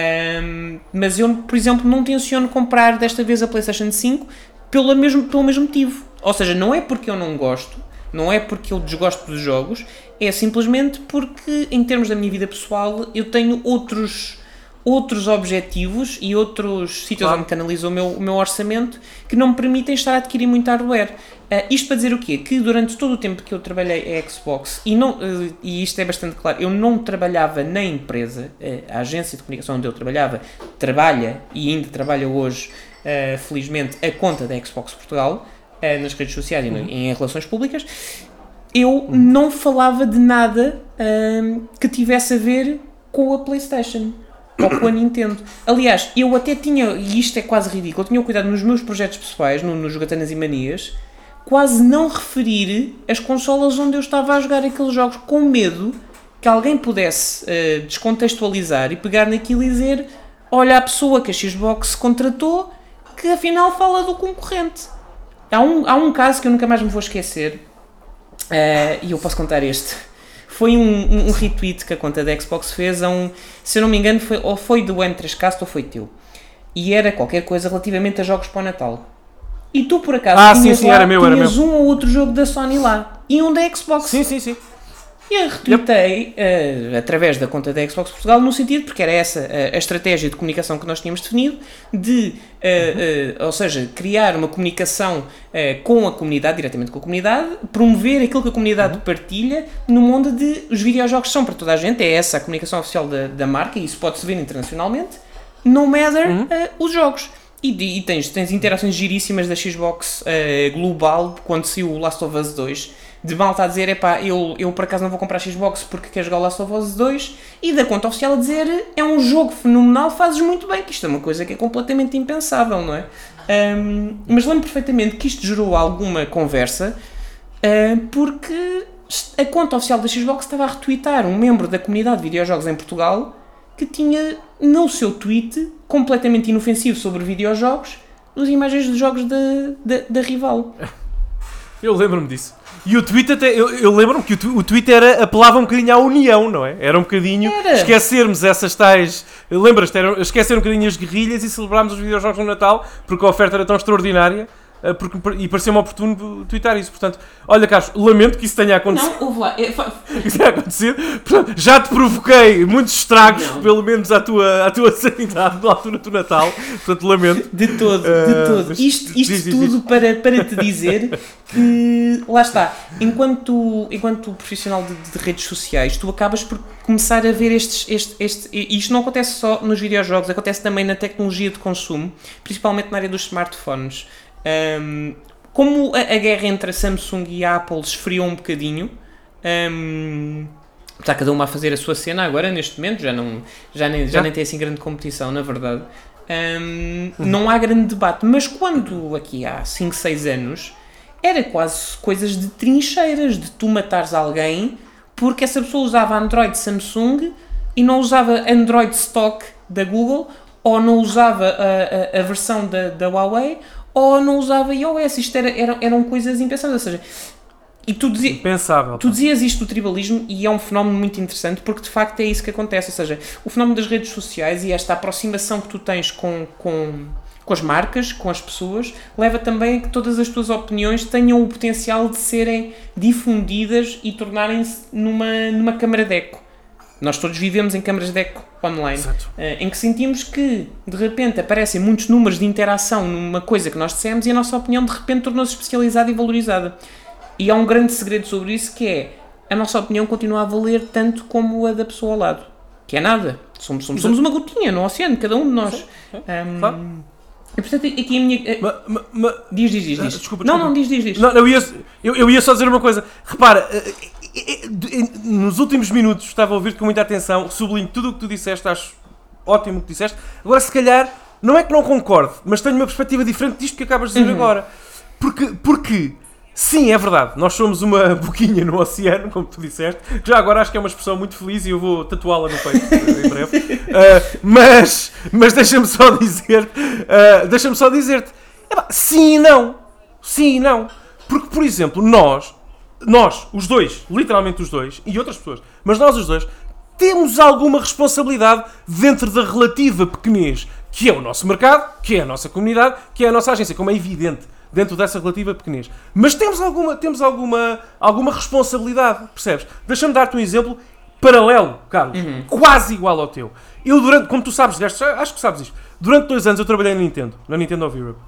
Mas eu, por exemplo, não tenciono comprar desta vez a PlayStation 5 pelo mesmo motivo. Ou seja, não é porque eu não gosto, não é porque eu desgosto dos jogos, é simplesmente porque, em termos da minha vida pessoal, eu tenho outros objetivos e outros sítios, claro, onde canalizo o meu orçamento, que não me permitem estar a adquirir muito hardware. Isto para dizer o quê? Que durante todo o tempo que eu trabalhei a Xbox, e isto é bastante claro, eu não trabalhava na empresa, a agência de comunicação onde eu trabalhava trabalha e ainda trabalha hoje, felizmente, a conta da Xbox Portugal, nas redes sociais e em relações públicas. Eu não falava de nada que tivesse a ver com a PlayStation ou com a Nintendo. Aliás, eu até tinha, e isto é quase ridículo, eu tinha o cuidado nos meus projetos pessoais, no Jogatanas e Manias, quase não referir as consolas onde eu estava a jogar aqueles jogos, com medo que alguém pudesse descontextualizar e pegar naquilo e dizer: olha, a pessoa que a Xbox contratou, que afinal fala do concorrente. Há um caso que eu nunca mais me vou esquecer, e eu posso contar este. Foi um retweet que a conta da Xbox fez se eu não me engano, foi do N3Cast ou foi teu. E era qualquer coisa relativamente a jogos para o Natal. E tu, por acaso, tinhas um ou outro jogo da Sony lá. E um da Xbox. Sim. E eu retuitei através da conta da Xbox Portugal, no sentido, porque era essa a estratégia de comunicação que nós tínhamos definido, ou seja, criar uma comunicação com a comunidade, diretamente com a comunidade, promover aquilo que a comunidade partilha, no mundo de os videojogos são para toda a gente, é essa a comunicação oficial da marca, e isso pode-se ver internacionalmente, no matter os jogos. E tens interações giríssimas da Xbox global, quando saiu o Last of Us 2, de malta a dizer: epá, eu por acaso não vou comprar a Xbox porque quero jogar o Last of Us 2, e da conta oficial a dizer: é um jogo fenomenal, fazes muito bem, que isto é uma coisa que é completamente impensável, não é? Mas lembro perfeitamente que isto gerou alguma conversa, porque a conta oficial da Xbox estava a retweetar um membro da comunidade de videojogos em Portugal, que tinha no seu tweet, completamente inofensivo sobre videojogos, as imagens de jogos da rival. Eu lembro-me disso. E o tweet até... Eu lembro-me que o tweet apelava um bocadinho à união, não é? Era um bocadinho... Esquecermos essas tais... Lembras-te? Esquecer um bocadinho as guerrilhas e celebrarmos os videojogos no Natal, porque a oferta era tão extraordinária. E pareceu-me oportuno twittar isso. Portanto, olha, Carlos, lamento que isso tenha acontecido. Não, ouve lá. Isso tenha acontecido. Portanto, já te provoquei muitos estragos, pelo menos à tua sanidade na altura do Natal. Portanto, lamento. De todo. Isto diz. tudo para te dizer que, lá está, enquanto profissional de redes sociais, tu acabas por começar a ver isto não acontece só nos videojogos, acontece também na tecnologia de consumo, principalmente na área dos smartphones. Como a guerra entre a Samsung e a Apple esfriou um bocadinho, está cada uma a fazer a sua cena agora, neste momento, já nem tem assim grande competição, na verdade. Não há grande debate, mas quando aqui há 5, 6 anos era quase coisas de trincheiras, de tu matares alguém porque essa pessoa usava Android Samsung e não usava Android Stock da Google, ou não usava a versão da Huawei, ou não usava iOS. Isto eram coisas impensáveis, ou seja, e tu dizias isto do tribalismo, e é um fenómeno muito interessante, porque de facto é isso que acontece, ou seja, o fenómeno das redes sociais e esta aproximação que tu tens com as marcas, com as pessoas, leva também a que todas as tuas opiniões tenham o potencial de serem difundidas e tornarem-se numa câmara de eco. Nós todos vivemos em câmaras de eco online, em que sentimos que, de repente, aparecem muitos números de interação numa coisa que nós dissemos e a nossa opinião, de repente, tornou-se especializada e valorizada. E há um grande segredo sobre isso, que é a nossa opinião continua a valer tanto como a da pessoa ao lado. Que é nada. Somos uma gotinha no oceano, cada um de nós. E, portanto, aqui a minha... Diz. Desculpa. Não, diz. Não, eu ia só dizer uma coisa. Repara, nos últimos minutos estava a ouvir-te com muita atenção, sublinho tudo o que tu disseste, acho ótimo o que disseste. Agora, se calhar, não é que não concorde, mas tenho uma perspectiva diferente disto que acabas de dizer agora. Porque, sim, é verdade, nós somos uma boquinha no oceano, como tu disseste, que já agora acho que é uma expressão muito feliz e eu vou tatuá-la no peito em breve. Mas deixa-me só dizer-te, sim e não. Porque, por exemplo, nós, os dois, literalmente os dois, e outras pessoas, mas nós os dois, temos alguma responsabilidade dentro da relativa pequenez, que é o nosso mercado, que é a nossa comunidade, que é a nossa agência, como é evidente, dentro dessa relativa pequenez. Mas temos alguma responsabilidade, percebes? Deixa-me dar-te um exemplo paralelo, Carlos, quase igual ao teu. Eu, como tu sabes, acho que sabes isto, durante 2 anos eu trabalhei na Nintendo of Europe.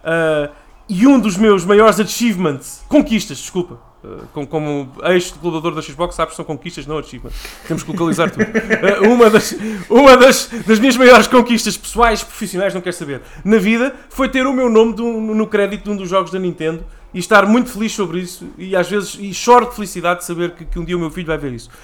E um dos meus maiores conquistas, como ex-colaborador da Xbox, sabes que são conquistas, não achievements. Temos que localizar tudo. Uma das minhas maiores conquistas pessoais, profissionais, não quero saber, na vida, foi ter o meu nome no crédito de um dos jogos da Nintendo e estar muito feliz sobre isso, e às vezes choro de felicidade de saber que um dia o meu filho vai ver isso.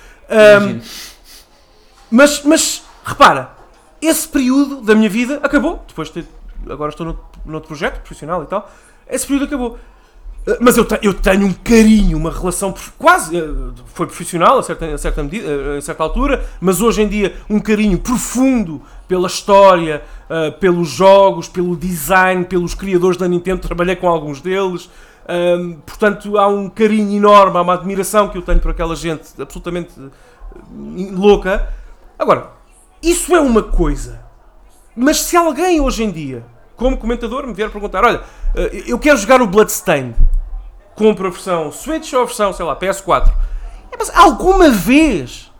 Mas repara, esse período da minha vida acabou. Agora estou noutro projeto profissional e tal. Esse período acabou. Mas eu tenho um carinho, uma relação quase... Foi profissional a certa medida, a certa altura, mas hoje em dia um carinho profundo pela história, pelos jogos, pelo design, pelos criadores da Nintendo. Trabalhei com alguns deles. Portanto, há um carinho enorme, há uma admiração que eu tenho por aquela gente absolutamente louca. Agora, isso é uma coisa. Mas se alguém hoje em dia, como comentador, me vier perguntar, olha, eu quero jogar o Bloodstained, compro a versão Switch ou a versão, sei lá, PS4. Mas alguma vez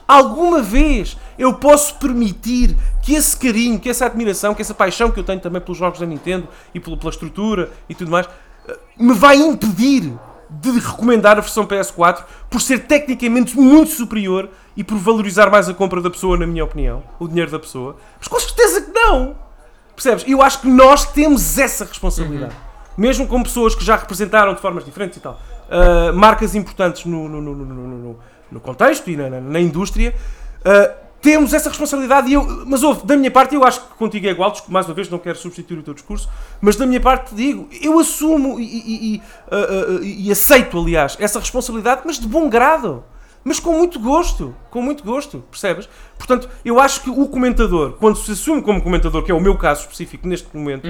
eu posso permitir que esse carinho, que essa admiração, que essa paixão que eu tenho também pelos jogos da Nintendo e pela estrutura e tudo mais, me vai impedir de recomendar a versão PS4 por ser tecnicamente muito superior e por valorizar mais a compra da pessoa, na minha opinião, o dinheiro da pessoa? Mas com certeza que não! Percebes? Eu acho que nós temos essa responsabilidade. Mesmo com pessoas que já representaram de formas diferentes e tal, marcas importantes no contexto e na indústria, temos essa responsabilidade. Mas da minha parte, eu acho que contigo é igual. Mais uma vez, não quero substituir o teu discurso, mas da minha parte digo, eu assumo e aceito, aliás, essa responsabilidade, mas de bom grado. mas com muito gosto, percebes? Portanto, eu acho que o comentador, quando se assume como comentador, que é o meu caso específico neste momento,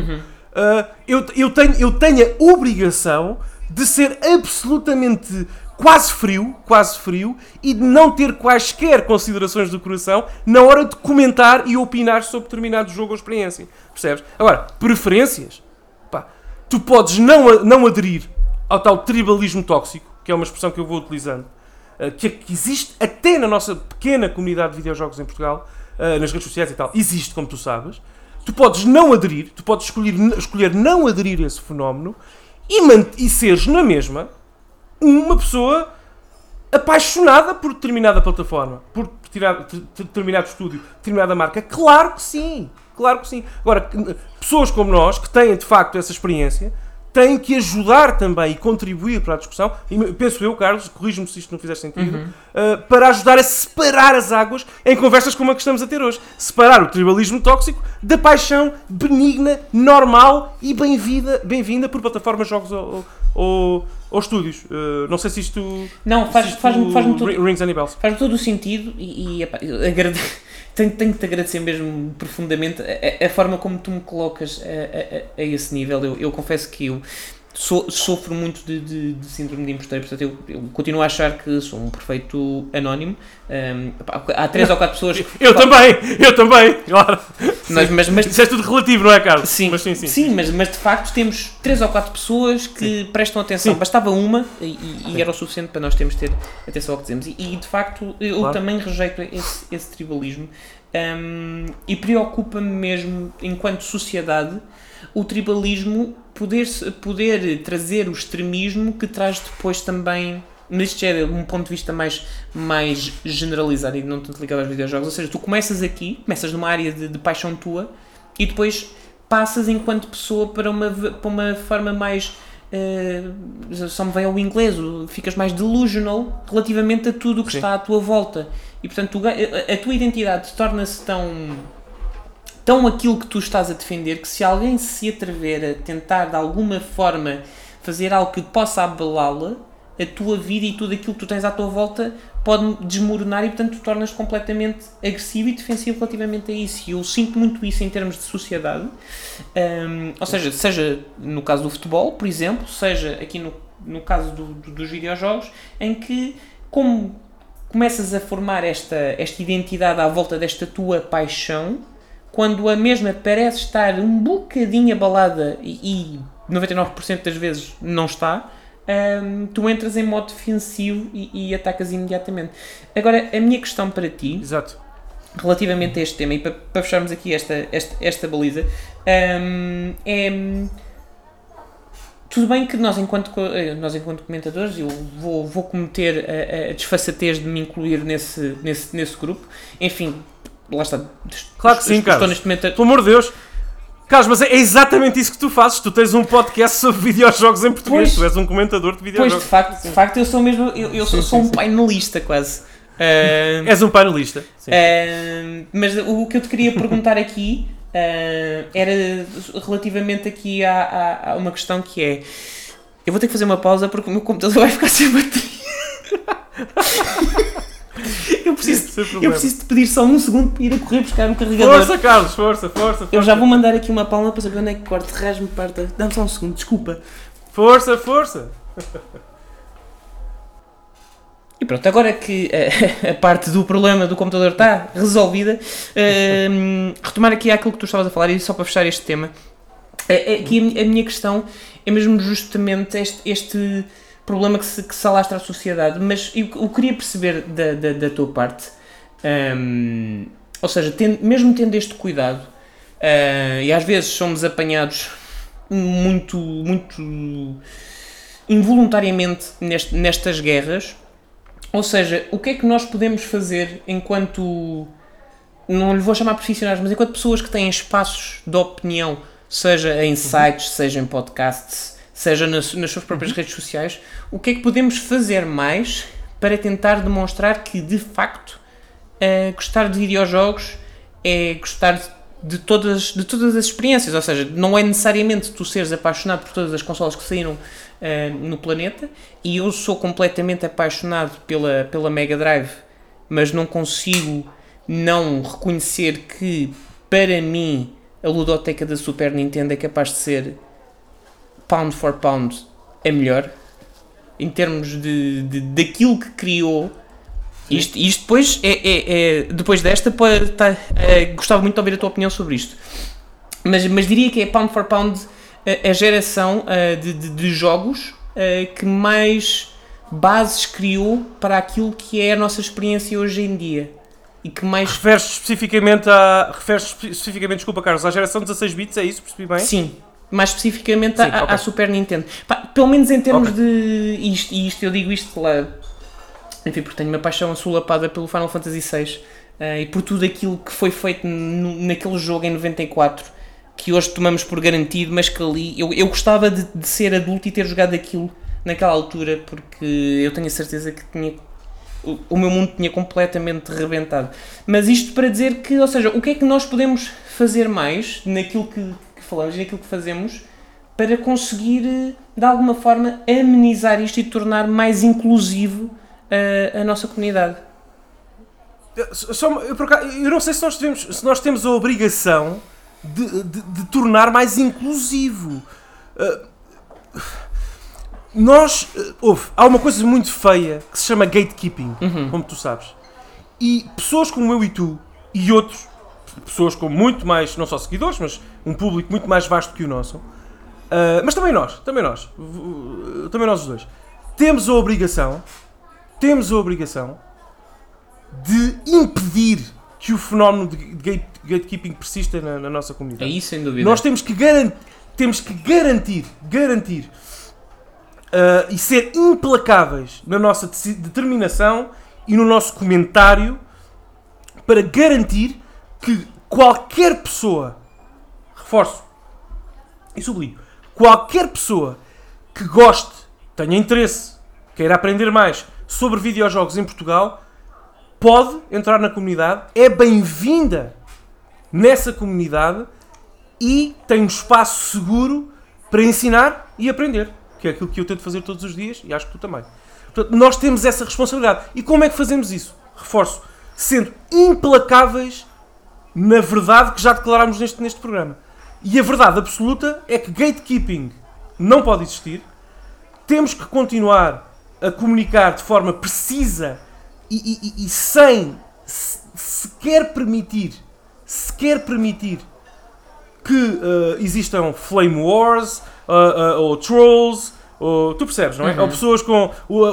eu tenho a obrigação de ser absolutamente quase frio e de não ter quaisquer considerações do coração na hora de comentar e opinar sobre determinado jogo ou experiência, percebes? Agora, preferências, pá, tu podes não aderir ao tal tribalismo tóxico, que é uma expressão que eu vou utilizando, que existe até na nossa pequena comunidade de videojogos em Portugal, nas redes sociais e tal, existe, como tu sabes. Tu podes não aderir, tu podes escolher não aderir a esse fenómeno e seres na mesma uma pessoa apaixonada por determinada plataforma, por determinado estúdio, determinada marca. Claro que sim. Agora, pessoas como nós, que têm de facto essa experiência, têm que ajudar também e contribuir para a discussão, e penso eu, Carlos, corrijo-me se isto não fizer sentido, para ajudar a separar as águas em conversas como a que estamos a ter hoje. Separar o tribalismo tóxico da paixão benigna, normal e bem-vinda por plataformas, jogos ou estúdios. Não sei se isto... Não, faz-me todo, rings any bells. Faz todo o sentido e tenho que te agradecer mesmo profundamente a forma como tu me colocas a esse nível. Eu confesso que eu sofro muito de síndrome de impostor, portanto eu continuo a achar que sou um perfeito anónimo. Há 3 ou 4 pessoas... Eu também, claro. Mas isso é tudo relativo, não é, Carlos? Sim, mas de facto temos 3 ou 4 pessoas que prestam atenção. Sim. Bastava uma e era o suficiente para nós termos de ter atenção ao que dizemos. E de facto eu também rejeito esse tribalismo e preocupa-me mesmo, enquanto sociedade, o tribalismo poder trazer o extremismo que traz depois também, mas isto já é um ponto de vista mais generalizado e não tanto ligado aos videojogos, ou seja, tu começas numa área de paixão tua e depois passas enquanto pessoa para uma forma mais, só me veio ao inglês, ficas mais delusional relativamente a tudo o que está à tua volta e portanto a tua identidade torna-se tão aquilo que tu estás a defender, que se alguém se atrever a tentar de alguma forma fazer algo que possa abalá-la, a tua vida e tudo aquilo que tu tens à tua volta pode desmoronar e portanto tu tornas completamente agressivo e defensivo relativamente a isso. E eu sinto muito isso em termos de sociedade, ou seja no caso do futebol, por exemplo, seja aqui no caso dos videojogos, em que como começas a formar esta identidade à volta desta tua paixão, quando a mesma parece estar um bocadinho abalada e 99% das vezes não está, tu entras em modo defensivo e atacas imediatamente. Agora, a minha questão para ti, exato, relativamente a este tema, e para fecharmos aqui esta baliza, é... Tudo bem que nós enquanto comentadores, eu vou cometer a desfaçatez de me incluir nesse grupo. Enfim, lá está. Claro que sim, Carlos. Pelo amor de Deus. Carlos, mas é exatamente isso que tu fazes. Tu tens um podcast sobre videojogos em português. Tu és um comentador de videojogos. Pois, de facto eu sou mesmo... Eu sou um painelista, quase. És um painelista. Sim. Mas o que eu te queria perguntar aqui era relativamente aqui a uma questão que é... Eu vou ter que fazer uma pausa porque o meu computador vai ficar sem bateria. Eu preciso te pedir só um segundo para ir a correr buscar um carregador. Força, Carlos, força. Eu já vou mandar aqui uma palma para saber onde é que corto. Rasme parta. Dá-me só um segundo, desculpa. Força. E pronto, agora que a parte do problema do computador está resolvida, retomar aqui aquilo que tu estavas a falar e só para fechar este tema. Aqui a minha questão é mesmo justamente este problema que se alastra à sociedade, mas eu queria perceber da tua parte, ou seja, mesmo tendo este cuidado, e às vezes somos apanhados muito involuntariamente nestas guerras, ou seja, o que é que nós podemos fazer enquanto, não lhe vou chamar profissionais, mas enquanto pessoas que têm espaços de opinião, seja em sites, seja em podcasts, seja nas suas próprias redes sociais, o que é que podemos fazer mais para tentar demonstrar que, de facto, gostar de videojogos é gostar de todas as experiências, ou seja, não é necessariamente tu seres apaixonado por todas as consolas que saíram no planeta, e eu sou completamente apaixonado pela Mega Drive, mas não consigo não reconhecer que, para mim, a ludoteca da Super Nintendo é capaz de ser, pound for pound, a melhor, em termos daquilo que criou. Isto depois, depois desta, gostava muito de ouvir a tua opinião sobre isto. Mas diria que é pound for pound a geração de jogos que mais bases criou para aquilo que é a nossa experiência hoje em dia. E que mais... Referes especificamente, desculpa Carlos, à geração de 16 bits, é isso? Percebi bem? Sim, mais especificamente à Super Nintendo. Pelo menos em termos de... Isto, eu digo isto, claro, enfim, porque tenho uma paixão assolapada pelo Final Fantasy VI e por tudo aquilo que foi feito naquele jogo em 94, que hoje tomamos por garantido, mas que ali... Eu gostava de ser adulto e ter jogado aquilo naquela altura, porque eu tenho a certeza que o meu mundo tinha completamente rebentado. Mas isto para dizer que, ou seja, o que é que nós podemos fazer mais naquilo que falamos e naquilo que fazemos para conseguir, de alguma forma, amenizar isto e tornar mais inclusivo a nossa comunidade? Eu não sei se nós temos a obrigação de tornar mais inclusivo. Há uma coisa muito feia que se chama gatekeeping, como tu sabes. E pessoas como eu e tu, e outros, pessoas com muito mais, não só seguidores, mas um público muito mais vasto que o nosso, mas também nós os dois, temos a obrigação de impedir que o fenómeno de gatekeeping persista na nossa comunidade. É isso, sem dúvida. Nós temos que garantir e ser implacáveis na nossa determinação e no nosso comentário para garantir que qualquer pessoa, reforço e sublinho, qualquer pessoa que goste, tenha interesse, queira aprender mais sobre videojogos em Portugal, pode entrar na comunidade, é bem-vinda nessa comunidade e tem um espaço seguro para ensinar e aprender, que é aquilo que eu tento fazer todos os dias e acho que tu também. Portanto, nós temos essa responsabilidade. E como é que fazemos isso? Reforço, sendo implacáveis na verdade que já declarámos neste programa. E a verdade absoluta é que gatekeeping não pode existir. Temos que continuar a comunicar de forma precisa e sem sequer permitir que existam flame wars ou trolls, tu percebes, não é? Ou pessoas com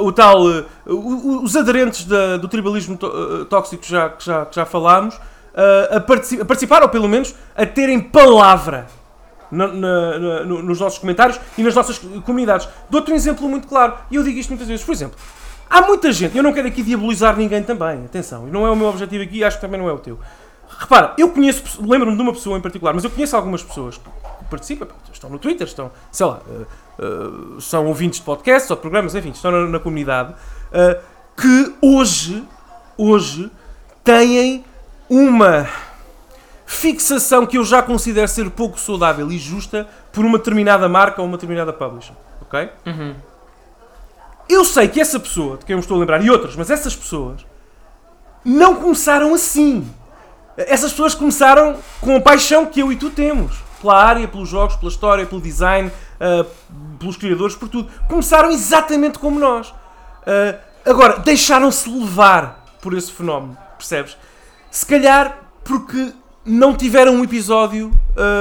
os aderentes do tribalismo tóxico que já falámos, a participar, ou pelo menos a terem palavra nos nossos comentários e nas nossas comunidades. Dou-te um exemplo muito claro, e eu digo isto muitas vezes. Por exemplo, há muita gente, eu não quero aqui diabolizar ninguém também, atenção, e não é o meu objetivo aqui, acho que também não é o teu. Repara, lembro-me de uma pessoa em particular, mas eu conheço algumas pessoas que participam, estão no Twitter, estão, sei lá, são ouvintes de podcasts ou de programas, enfim, estão na comunidade, que hoje têm uma fixação que eu já considero ser pouco saudável e justa por uma determinada marca ou uma determinada publisher, ok? Eu sei que essa pessoa, de quem eu me estou a lembrar, e outras, mas essas pessoas não começaram assim. Essas pessoas começaram com a paixão que eu e tu temos. Pela área, pelos jogos, pela história, pelo design, pelos criadores, por tudo. Começaram exatamente como nós. Agora, deixaram-se levar por esse fenómeno, percebes? Se calhar porque não tiveram um episódio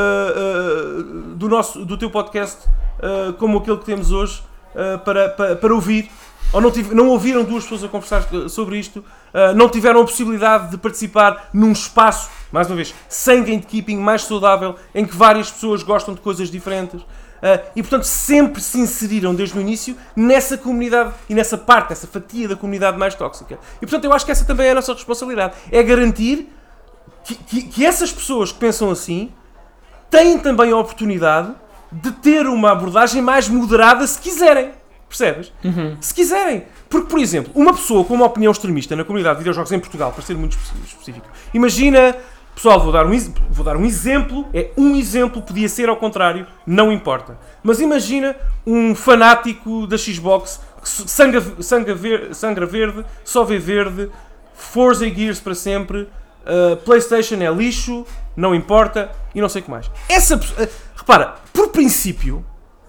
do teu podcast como aquele que temos hoje para ouvir. Ou não ouviram duas pessoas a conversar sobre isto, não tiveram a possibilidade de participar num espaço, mais uma vez, sem gatekeeping, mais saudável, em que várias pessoas gostam de coisas diferentes, e portanto sempre se inseriram desde o início nessa comunidade e nessa parte, essa fatia da comunidade mais tóxica. E portanto eu acho que essa também é a nossa responsabilidade, é garantir que essas pessoas que pensam assim têm também a oportunidade de ter uma abordagem mais moderada se quiserem. Percebes? Se quiserem. Porque, por exemplo, uma pessoa com uma opinião extremista na comunidade de videojogos em Portugal, para ser muito específico, imagina, Pessoal, vou dar um exemplo. É um exemplo, podia ser ao contrário, não importa. Mas imagina um fanático da Xbox, sangra verde, só vê verde, Forza e Gears para sempre, PlayStation é lixo, não importa, e não sei o que mais. Repara, por princípio,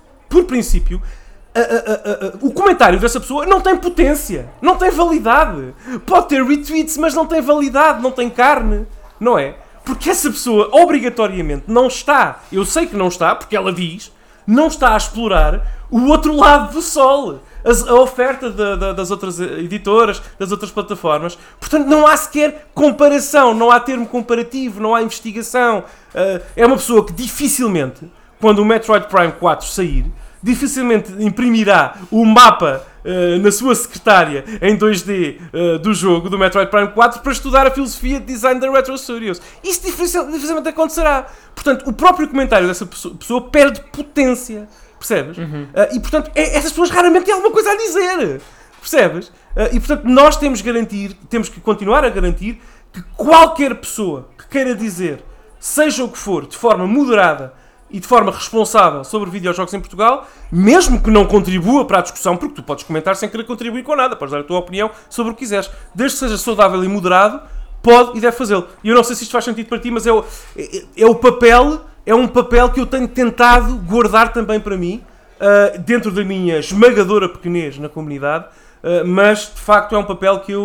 o comentário dessa pessoa não tem potência, não tem validade. Pode ter retweets, mas não tem validade, não tem carne, não é? Porque essa pessoa obrigatoriamente não está, eu sei que não está, porque ela diz, não está a explorar o outro lado do sol, a oferta das outras editoras, das outras plataformas. Portanto, não há sequer comparação, não há termo comparativo, não há investigação. É uma pessoa que dificilmente, quando o Metroid Prime 4 sair, dificilmente imprimirá o mapa na sua secretária em 2D do jogo, do Metroid Prime 4, para estudar a filosofia de design da Retro Studios. Isso dificilmente acontecerá. Portanto, o próprio comentário dessa pessoa perde potência. Percebes? E, portanto, essas pessoas raramente têm alguma coisa a dizer. Percebes? E, portanto, nós temos que continuar a garantir que qualquer pessoa que queira dizer, seja o que for, de forma moderada e de forma responsável sobre videojogos em Portugal, mesmo que não contribua para a discussão, porque tu podes comentar sem querer contribuir com nada, podes dar a tua opinião sobre o que quiseres, desde que seja saudável e moderado, pode e deve fazê-lo. E eu não sei se isto faz sentido para ti, mas é um papel que eu tenho tentado guardar também para mim, dentro da minha esmagadora pequenez na comunidade, mas de facto é um papel que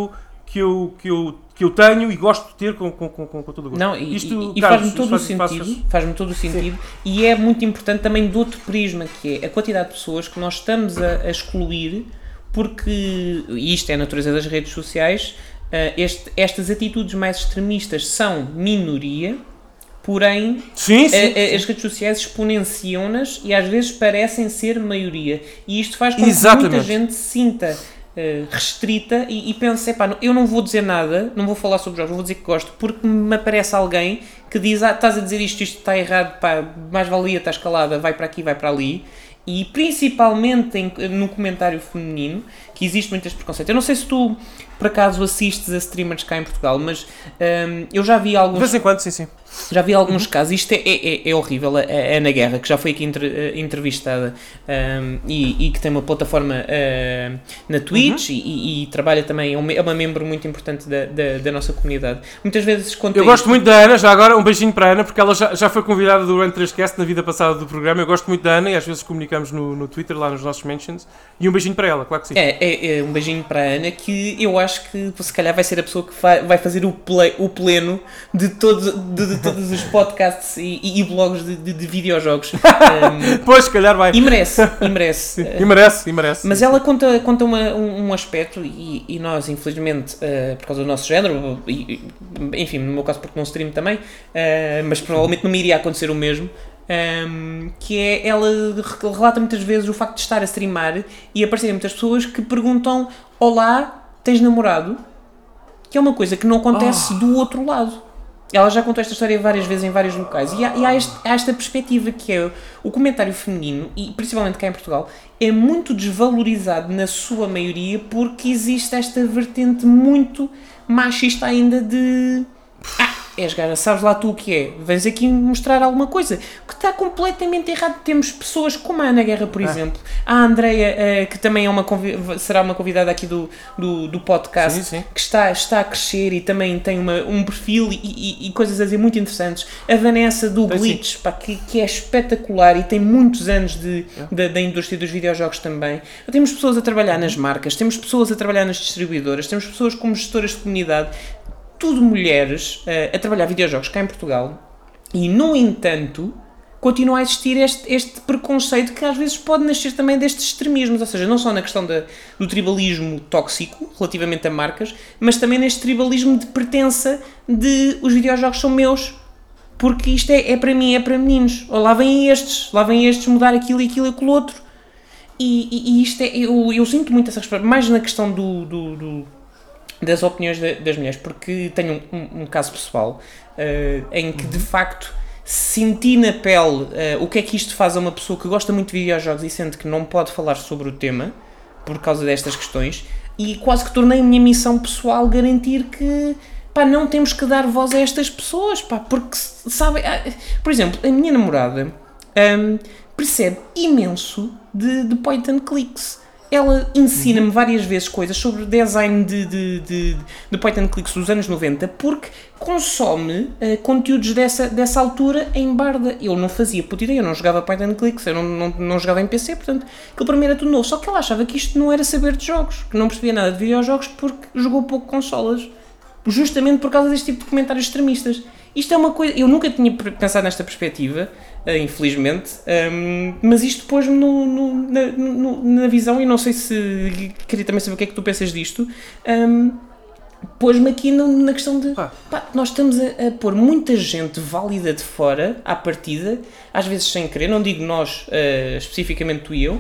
eu tenho e gosto de ter com todo o gosto. Não, e faz-me todo o sentido, faz-me todo o sentido. E é muito importante também do outro prisma, que é a quantidade de pessoas que nós estamos a excluir, porque, e isto é a natureza das redes sociais, estas atitudes mais extremistas são minoria, porém as redes sociais exponenciam-nas e às vezes parecem ser maioria. E isto faz com que muita gente se sinta restrita e pense, eu não vou dizer nada, não vou falar sobre jogos, não vou dizer que gosto, porque me aparece alguém que diz, estás a dizer isto está errado, mais valia, estás calada, vai para aqui, vai para ali. E principalmente no comentário feminino, que existe muito este preconceito. Eu não sei se tu, por acaso, assistes a streamers cá em Portugal, mas eu já vi alguns... De vez em quando, sim. Já vi alguns casos, isto é horrível. A Ana Guerra, que já foi aqui entrevistada e que tem uma plataforma na Twitch e trabalha também, é uma membro muito importante da nossa comunidade. Muitas vezes quando eu gosto muito da Ana, já agora um beijinho para a Ana, porque ela já foi convidada durante 3cast na vida passada do programa. Eu gosto muito da Ana e às vezes comunicamos no Twitter, lá nos nossos mentions, e um beijinho para ela, claro que sim. Um beijinho para a Ana, que eu acho que se calhar vai ser a pessoa que vai fazer o pleno de todos os podcasts e blogs de videojogos. Pois, se calhar vai. E merece. Merece. Mas ela conta um aspecto, e nós, infelizmente, por causa do nosso género, enfim, no meu caso porque não stream também, mas provavelmente não me iria acontecer o mesmo, que é, ela relata muitas vezes o facto de estar a streamar e aparecerem muitas pessoas que perguntam: olá, tens namorado? Que é uma coisa que não acontece do outro lado. Ela já contou esta história várias vezes em vários locais e há esta perspectiva que é o comentário feminino, e principalmente cá em Portugal, é muito desvalorizado na sua maioria porque existe esta vertente muito machista ainda de... és gara, sabes lá tu o que é, vens aqui mostrar alguma coisa, que está completamente errado. Temos pessoas como a Ana Guerra, por exemplo, a Andreia, que também será uma convidada aqui do podcast, sim. Que está a crescer e também tem um perfil e coisas a dizer muito interessantes. A Vanessa do Glitch, que é espetacular e tem muitos anos da indústria dos videojogos também. Temos pessoas a trabalhar nas marcas, temos pessoas a trabalhar nas distribuidoras, temos pessoas como gestoras de comunidade, tudo mulheres a trabalhar videojogos cá em Portugal, e no entanto continua a existir este preconceito que às vezes pode nascer também destes extremismos, ou seja, não só na questão do tribalismo tóxico relativamente a marcas, mas também neste tribalismo de pertença de os videojogos são meus, porque isto é para mim, é para meninos, ou lá vêm estes mudar aquilo e aquilo outro, e isto é, eu sinto muito essa resposta, mais na questão das opiniões das mulheres, porque tenho um caso pessoal em que de facto senti na pele o que é que isto faz a uma pessoa que gosta muito de videojogos e sente que não pode falar sobre o tema por causa destas questões, e quase que tornei a minha missão pessoal garantir que pá, não temos que dar voz a estas pessoas, pá, porque, sabem, por exemplo, a minha namorada percebe imenso de point and clicks. Ela ensina-me várias vezes coisas sobre design de point and clicks dos anos 90 porque consome conteúdos dessa altura em barda. Eu não fazia puta ideia, eu não jogava point and clicks, eu não jogava em PC, portanto, aquilo para mim era tudo novo. Só que ela achava que isto não era saber de jogos, que não percebia nada de videojogos porque jogou pouco consolas. Justamente por causa deste tipo de comentários extremistas. Isto é uma coisa... Eu nunca tinha pensado nesta perspectiva, infelizmente, mas isto pôs-me na visão, e não sei se... Queria também saber o que é que tu pensas disto. Pôs-me aqui na questão de... Pá, nós estamos a pôr muita gente válida de fora, à partida, às vezes sem querer, não digo nós, especificamente tu e eu,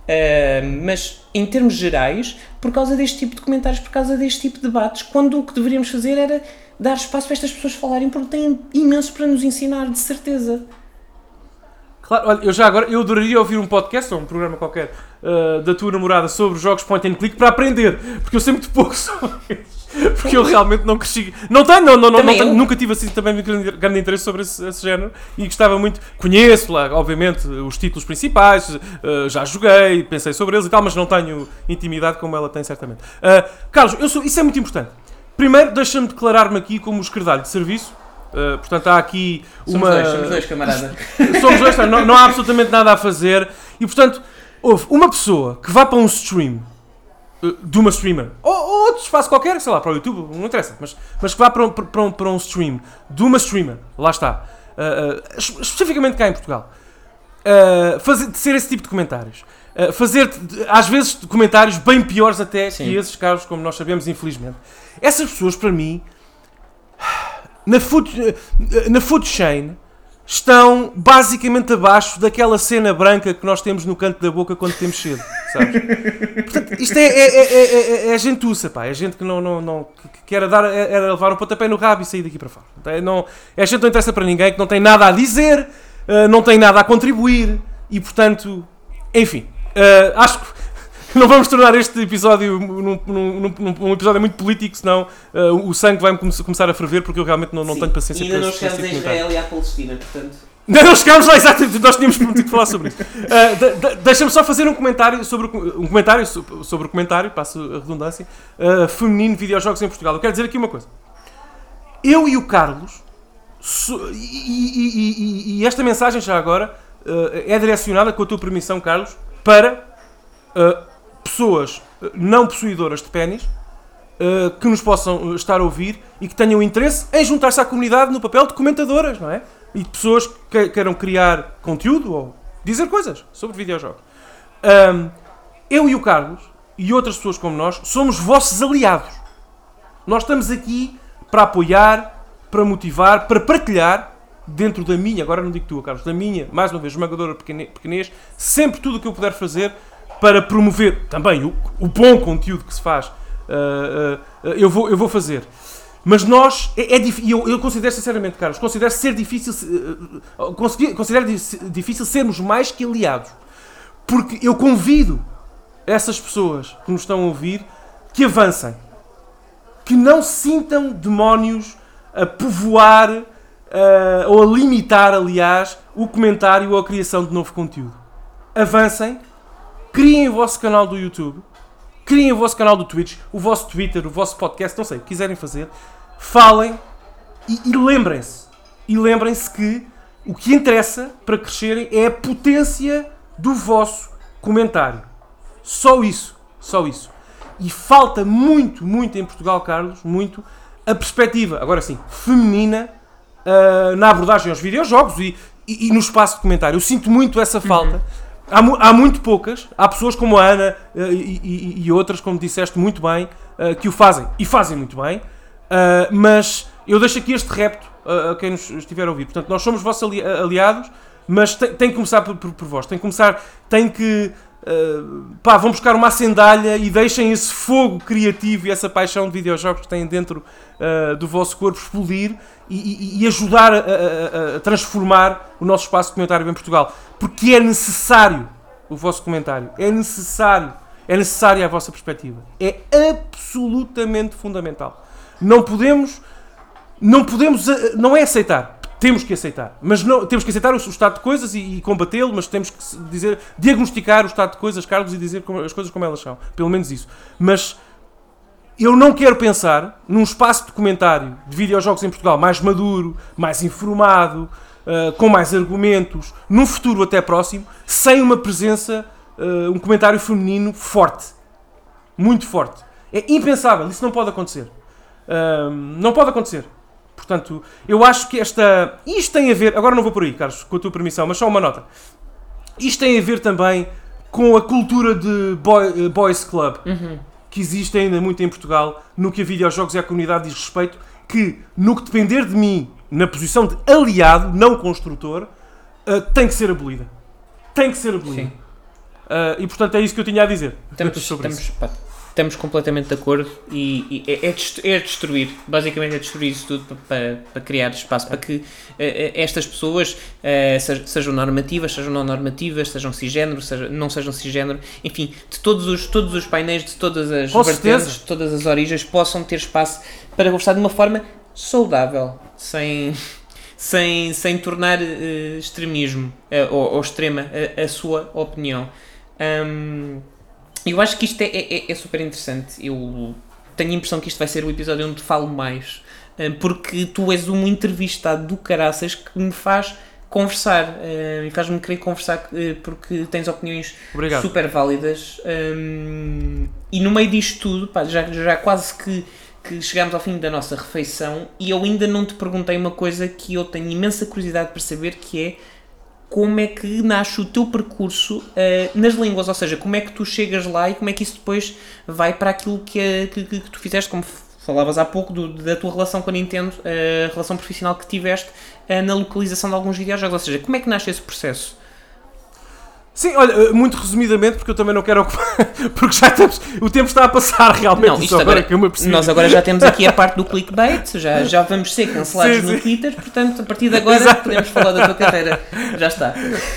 mas em termos gerais, por causa deste tipo de comentários, por causa deste tipo de debates, quando o que deveríamos fazer era dar espaço para estas pessoas falarem, porque têm imenso para nos ensinar, de certeza. Claro, olha, eu adoraria ouvir um podcast ou um programa qualquer da tua namorada sobre jogos point and click para aprender, porque eu sei muito pouco sobre isso. Porque eu realmente não cresci. Nunca tive assim também grande interesse sobre esse género e gostava muito. Conheço lá, obviamente, os títulos principais, já joguei, pensei sobre eles e tal, mas não tenho intimidade como ela tem, certamente. Carlos, isso é muito importante. Primeiro, deixa-me declarar-me aqui como esquerdalho de serviço. Portanto, há aqui Somos dois, camarada. Somos dois, não há absolutamente nada a fazer. E, portanto, houve uma pessoa que vá para um stream de uma streamer, ou outro espaço qualquer, sei lá, para o YouTube, não interessa, mas que vá para um stream de uma streamer, lá está, especificamente cá em Portugal, ser esse tipo de comentários, fazer, às vezes, comentários bem piores até que esses casos, como nós sabemos, infelizmente. Essas pessoas, para mim, na food chain, estão basicamente abaixo daquela cena branca que nós temos no canto da boca quando temos sede, sabes? Portanto, isto é gentuça, pá. É gente que que era levar um pontapé no rabo e sair daqui para fora. É gente que não interessa para ninguém, que não tem nada a dizer, não tem nada a contribuir e, portanto, enfim, acho que não vamos tornar este episódio num episódio muito político, senão o sangue vai-me começar a ferver, porque eu realmente não tenho paciência para isso. E ainda não chegamos a Israel e à Palestina, portanto... Não chegámos lá, exatamente, nós tínhamos prometido falar sobre isso. Deixa-me só fazer um comentário sobre o comentário, passo a redundância, feminino de videojogos em Portugal. Eu quero dizer aqui uma coisa. Eu e o Carlos, e esta mensagem já agora é direcionada, com a tua permissão, Carlos, para pessoas não possuidoras de pénis que nos possam estar a ouvir e que tenham interesse em juntar-se à comunidade no papel de comentadoras, não é? E de pessoas que queiram criar conteúdo ou dizer coisas sobre videojogos. Eu e o Carlos e outras pessoas como nós somos vossos aliados. Nós estamos aqui para apoiar, para motivar, para partilhar dentro da minha, agora não digo tu, Carlos, da minha, mais uma vez, esmagadora pequenez, sempre tudo o que eu puder fazer para promover também o bom conteúdo que se faz, eu vou fazer. Mas nós, eu considero sinceramente, Carlos, considero difícil sermos mais que aliados. Porque eu convido essas pessoas que nos estão a ouvir que avancem. Que não sintam demónios a povoar ou a limitar, aliás, o comentário ou a criação de novo conteúdo. Avancem, criem o vosso canal do YouTube, criem o vosso canal do Twitch, o vosso Twitter, o vosso podcast, não sei, o que quiserem fazer, falem e lembrem-se. E lembrem-se que o que interessa para crescerem é a potência do vosso comentário. Só isso. E falta muito em Portugal, Carlos, muito, a perspectiva, agora sim, feminina, na abordagem aos videojogos e no espaço de comentário. Eu sinto muito essa falta. Há muito poucas. Há pessoas como a Ana e outras, como disseste muito bem, que o fazem. E fazem muito bem. Mas eu deixo aqui este repto a quem nos estiver a ouvir. Portanto, nós somos vossos aliados, mas tem que começar por vós. Vão buscar uma acendalha e deixem esse fogo criativo e essa paixão de videojogos que têm dentro do vosso corpo explodir e ajudar a transformar o nosso espaço de comentário em Portugal. Porque é necessário o vosso comentário. É necessária a vossa perspectiva. É absolutamente fundamental. Não podemos não podemos, não é aceitar, temos que aceitar, mas não, temos que aceitar o estado de coisas e combatê-lo, mas temos que diagnosticar o estado de coisas, Carlos, e dizer as coisas como elas são, pelo menos isso. Mas eu não quero pensar num espaço de comentário de videojogos em Portugal mais maduro, mais informado, com mais argumentos, num futuro até próximo, sem uma presença, um comentário feminino forte, muito forte. É impensável, isso não pode acontecer. Não pode acontecer. Portanto, eu acho que isto tem a ver, agora não vou por aí, Carlos, com a tua permissão, mas só uma nota. Isto tem a ver também com a cultura de boys club, que existe ainda muito em Portugal, no que a videojogos e a comunidade diz respeito, que, no que depender de mim, na posição de aliado, não construtor, tem que ser abolida. Tem que ser abolida. Sim. E, portanto, é isso que eu tinha a dizer sobre isso. Estamos completamente de acordo e é destruir, basicamente é destruir isso tudo para criar espaço para que estas pessoas sejam normativas, sejam não normativas, sejam cisgénero, não sejam cisgénero, enfim, de todos os painéis, de todas as vertentes, de todas as origens, possam ter espaço para conversar de uma forma saudável, sem tornar extremismo ou extrema a sua opinião. Eu acho que isto é super interessante. Eu tenho a impressão que isto vai ser o episódio onde falo mais, porque tu és um entrevistado do caraças que me faz conversar e faz-me querer conversar porque tens opiniões Obrigado. Super válidas, e no meio disto tudo, pá, já quase que chegámos ao fim da nossa refeição e eu ainda não te perguntei uma coisa que eu tenho imensa curiosidade para saber, que é como é que nasce o teu percurso nas línguas, ou seja, como é que tu chegas lá e como é que isso depois vai para aquilo que tu fizeste, como falavas há pouco da tua relação com a Nintendo, a relação profissional que tiveste na localização de alguns videojogos, ou seja, como é que nasce esse processo? Sim, olha, muito resumidamente, porque eu também não quero ocupar, porque o tempo está a passar realmente. Não, isto agora que eu me apercebi. Nós agora já temos aqui a parte do clickbait, já vamos ser cancelados no Twitter, portanto, a partir de agora podemos falar da tua carreira. Já está.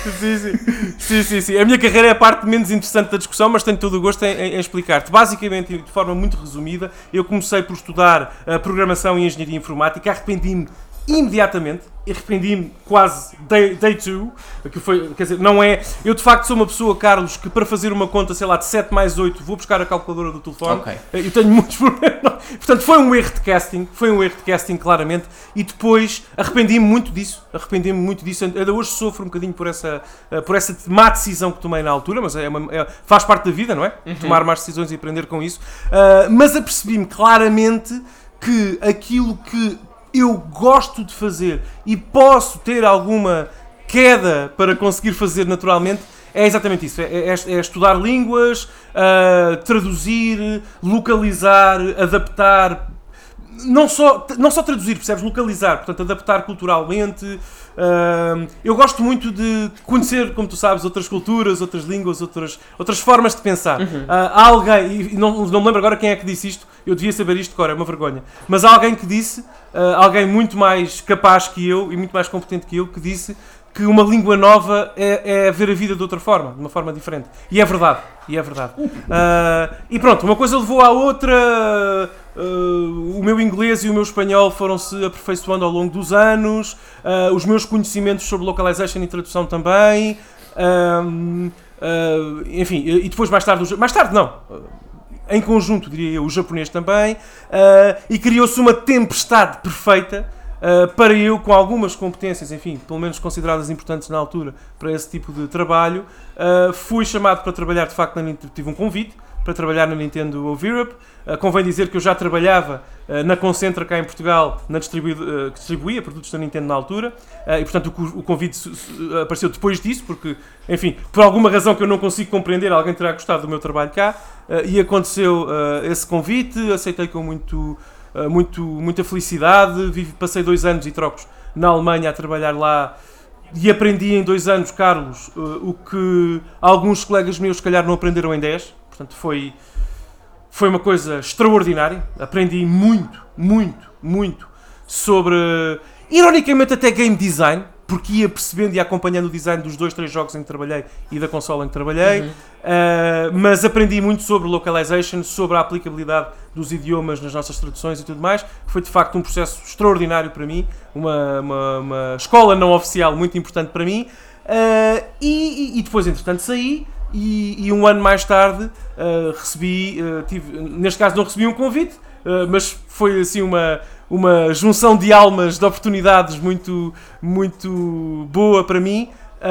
Sim. A minha carreira é a parte menos interessante da discussão, mas tenho todo o gosto em explicar-te. Basicamente, de forma muito resumida, eu comecei por estudar programação e engenharia informática, arrependi-me imediatamente, arrependi-me quase day two, que foi, quer dizer, não é, eu de facto sou uma pessoa, Carlos, que para fazer uma conta, sei lá, de 7 mais 8, vou buscar a calculadora do telefone, eu tenho muitos problemas, portanto foi um erro de casting, claramente, e depois arrependi-me muito disso, ainda hoje sofro um bocadinho por essa má decisão que tomei na altura, mas faz parte da vida, não é? Tomar más decisões e aprender com isso, mas apercebi-me claramente que aquilo que eu gosto de fazer e posso ter alguma queda para conseguir fazer naturalmente, é exatamente isso, é estudar línguas, traduzir, localizar, adaptar, não só traduzir, percebes? Localizar, portanto adaptar culturalmente. Eu gosto muito de conhecer, como tu sabes, outras culturas, outras línguas, outras formas de pensar. Há alguém, e não me lembro agora quem é que disse isto, eu devia saber isto, agora é uma vergonha, mas há alguém que disse, alguém muito mais capaz que eu e muito mais competente que eu, que disse que uma língua nova é ver a vida de outra forma, de uma forma diferente. E é verdade. E pronto, uma coisa levou à outra. O meu inglês e o meu espanhol foram-se aperfeiçoando ao longo dos anos. Os meus conhecimentos sobre localization e tradução também. Enfim, e depois mais tarde não. Em conjunto, diria eu, o japonês também. E criou-se uma tempestade perfeita para eu, com algumas competências, enfim, pelo menos consideradas importantes na altura, para esse tipo de trabalho, fui chamado para trabalhar, de facto, tive um convite para trabalhar na Nintendo of Europe. Convém dizer que eu já trabalhava na Concentra, cá em Portugal, que distribuía produtos da Nintendo na altura, e portanto o convite apareceu depois disso, porque, enfim, por alguma razão que eu não consigo compreender, alguém terá gostado do meu trabalho cá, e aconteceu esse convite, aceitei com muita felicidade. Passei 2 anos e trocos na Alemanha a trabalhar lá e aprendi em 2 anos, Carlos, o que alguns colegas meus se calhar não aprenderam em 10, portanto foi uma coisa extraordinária. Aprendi muito sobre, ironicamente, até game design, porque ia percebendo e acompanhando o design dos 2, 3 jogos em que trabalhei e da consola em que trabalhei, mas aprendi muito sobre localization, sobre a aplicabilidade dos idiomas nas nossas traduções e tudo mais. Foi de facto um processo extraordinário para mim, uma escola não oficial muito importante para mim, e depois entretanto saí. E um ano mais tarde neste caso não recebi um convite, mas foi assim uma junção de almas, de oportunidades muito, muito boa para mim,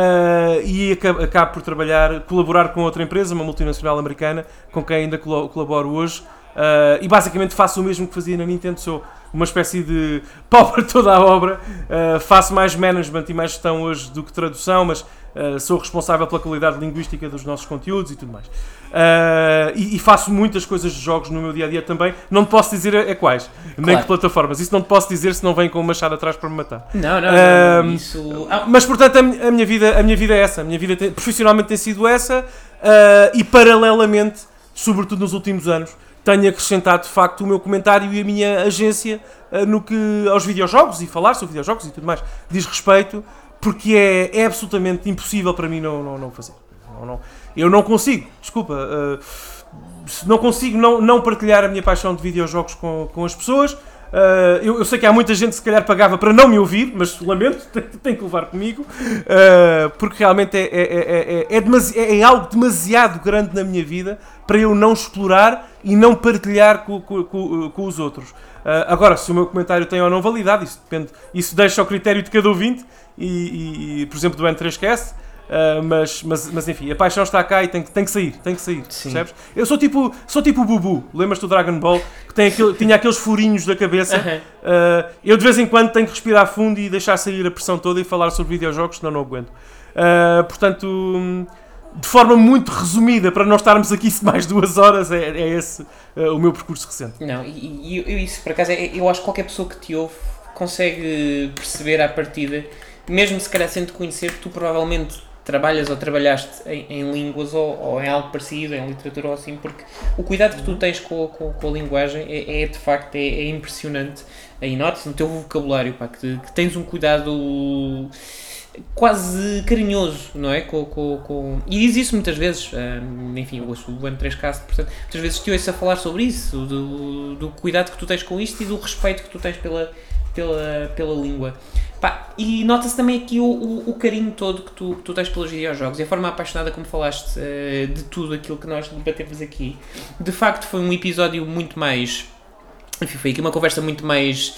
e acabo por colaborar com outra empresa, uma multinacional americana, com quem ainda colaboro hoje, e basicamente faço o mesmo que fazia na Nintendo. Sou uma espécie de pau para toda a obra, faço mais management e mais gestão hoje do que tradução, mas sou responsável pela qualidade linguística dos nossos conteúdos e tudo mais. E faço muitas coisas de jogos no meu dia-a-dia também. Não te posso dizer quais, nem que plataformas. Isso não te posso dizer se não vem com um machado atrás para me matar. Não, isso... Mas portanto a minha vida é essa. A minha vida profissionalmente tem sido essa, e paralelamente, sobretudo nos últimos anos, tenho acrescentado de facto o meu comentário e a minha agência no que aos videojogos e falar sobre videojogos e tudo mais diz respeito, porque é absolutamente impossível para mim não fazer. Eu não consigo, desculpa, não consigo não partilhar a minha paixão de videojogos com as pessoas. Eu sei que há muita gente que se calhar pagava para não me ouvir, mas lamento, tem que levar comigo, porque realmente é algo demasiado grande na minha vida para eu não explorar e não partilhar com os outros. Agora, se o meu comentário tem ou não validade, isso depende, isso deixa ao critério de cada ouvinte e por exemplo, do N3Cast. Mas enfim, a paixão está cá e tem que sair, percebes? Eu sou tipo o Bubu, lembras-te do Dragon Ball, que tinha aqueles furinhos da cabeça. Eu de vez em quando tenho que respirar fundo e deixar sair a pressão toda e falar sobre videojogos, senão não aguento. Portanto, de forma muito resumida, para não estarmos aqui mais 2 horas, é esse o meu percurso recente. Não, isso por acaso, eu acho que qualquer pessoa que te ouve consegue perceber à partida, mesmo se calhar sem te conhecer, que tu provavelmente trabalhas ou trabalhaste em línguas ou em algo parecido, em literatura ou assim, porque o cuidado que tu tens com a linguagem é de facto impressionante. Aí nota-se no teu vocabulário, pá, que tens um cuidado quase carinhoso, não é? E diz isso muitas vezes, enfim, eu ouço o N3Cast, portanto, muitas vezes te ouço a falar sobre isso, do cuidado que tu tens com isto e do respeito que tu tens pela língua. Pá, e nota-se também aqui o carinho todo que tu tens pelos videojogos e a forma apaixonada como falaste de tudo aquilo que nós debatemos aqui. De facto foi um episódio muito mais... Enfim, foi aqui uma conversa muito mais...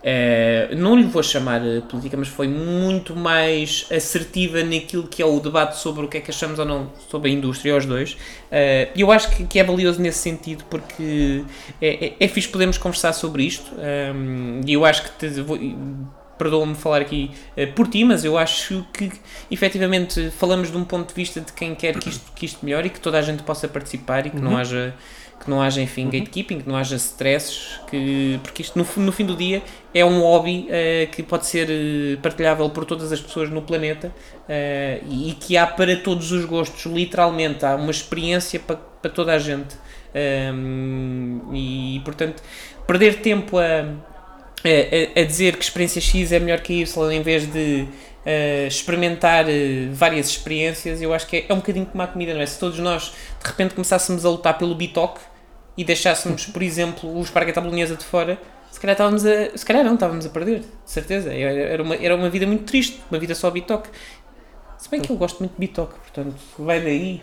não lhe vou chamar política, mas foi muito mais assertiva naquilo que é o debate sobre o que é que achamos ou não sobre a indústria, aos dois. E eu acho que é valioso nesse sentido, porque é fixe podermos conversar sobre isto. E eu acho que perdoa-me falar aqui por ti, mas eu acho que efetivamente falamos de um ponto de vista de quem quer que isto melhore e que toda a gente possa participar e que não haja, enfim, gatekeeping, que não haja stresses, porque isto no fim do dia é um hobby que pode ser partilhável por todas as pessoas no planeta, e que há para todos os gostos, literalmente, há uma experiência para toda a gente, e portanto perder tempo a dizer que experiência X é melhor que Y em vez de experimentar várias experiências, eu acho que é um bocadinho como a comida, não é? Se todos nós de repente começássemos a lutar pelo bitoque e deixássemos, por exemplo, o esparguete à bolonhesa de fora, se calhar estávamos a perder, de certeza. Era uma vida muito triste, uma vida só bitoque. Se bem que eu gosto muito de bitoque, portanto, vai daí.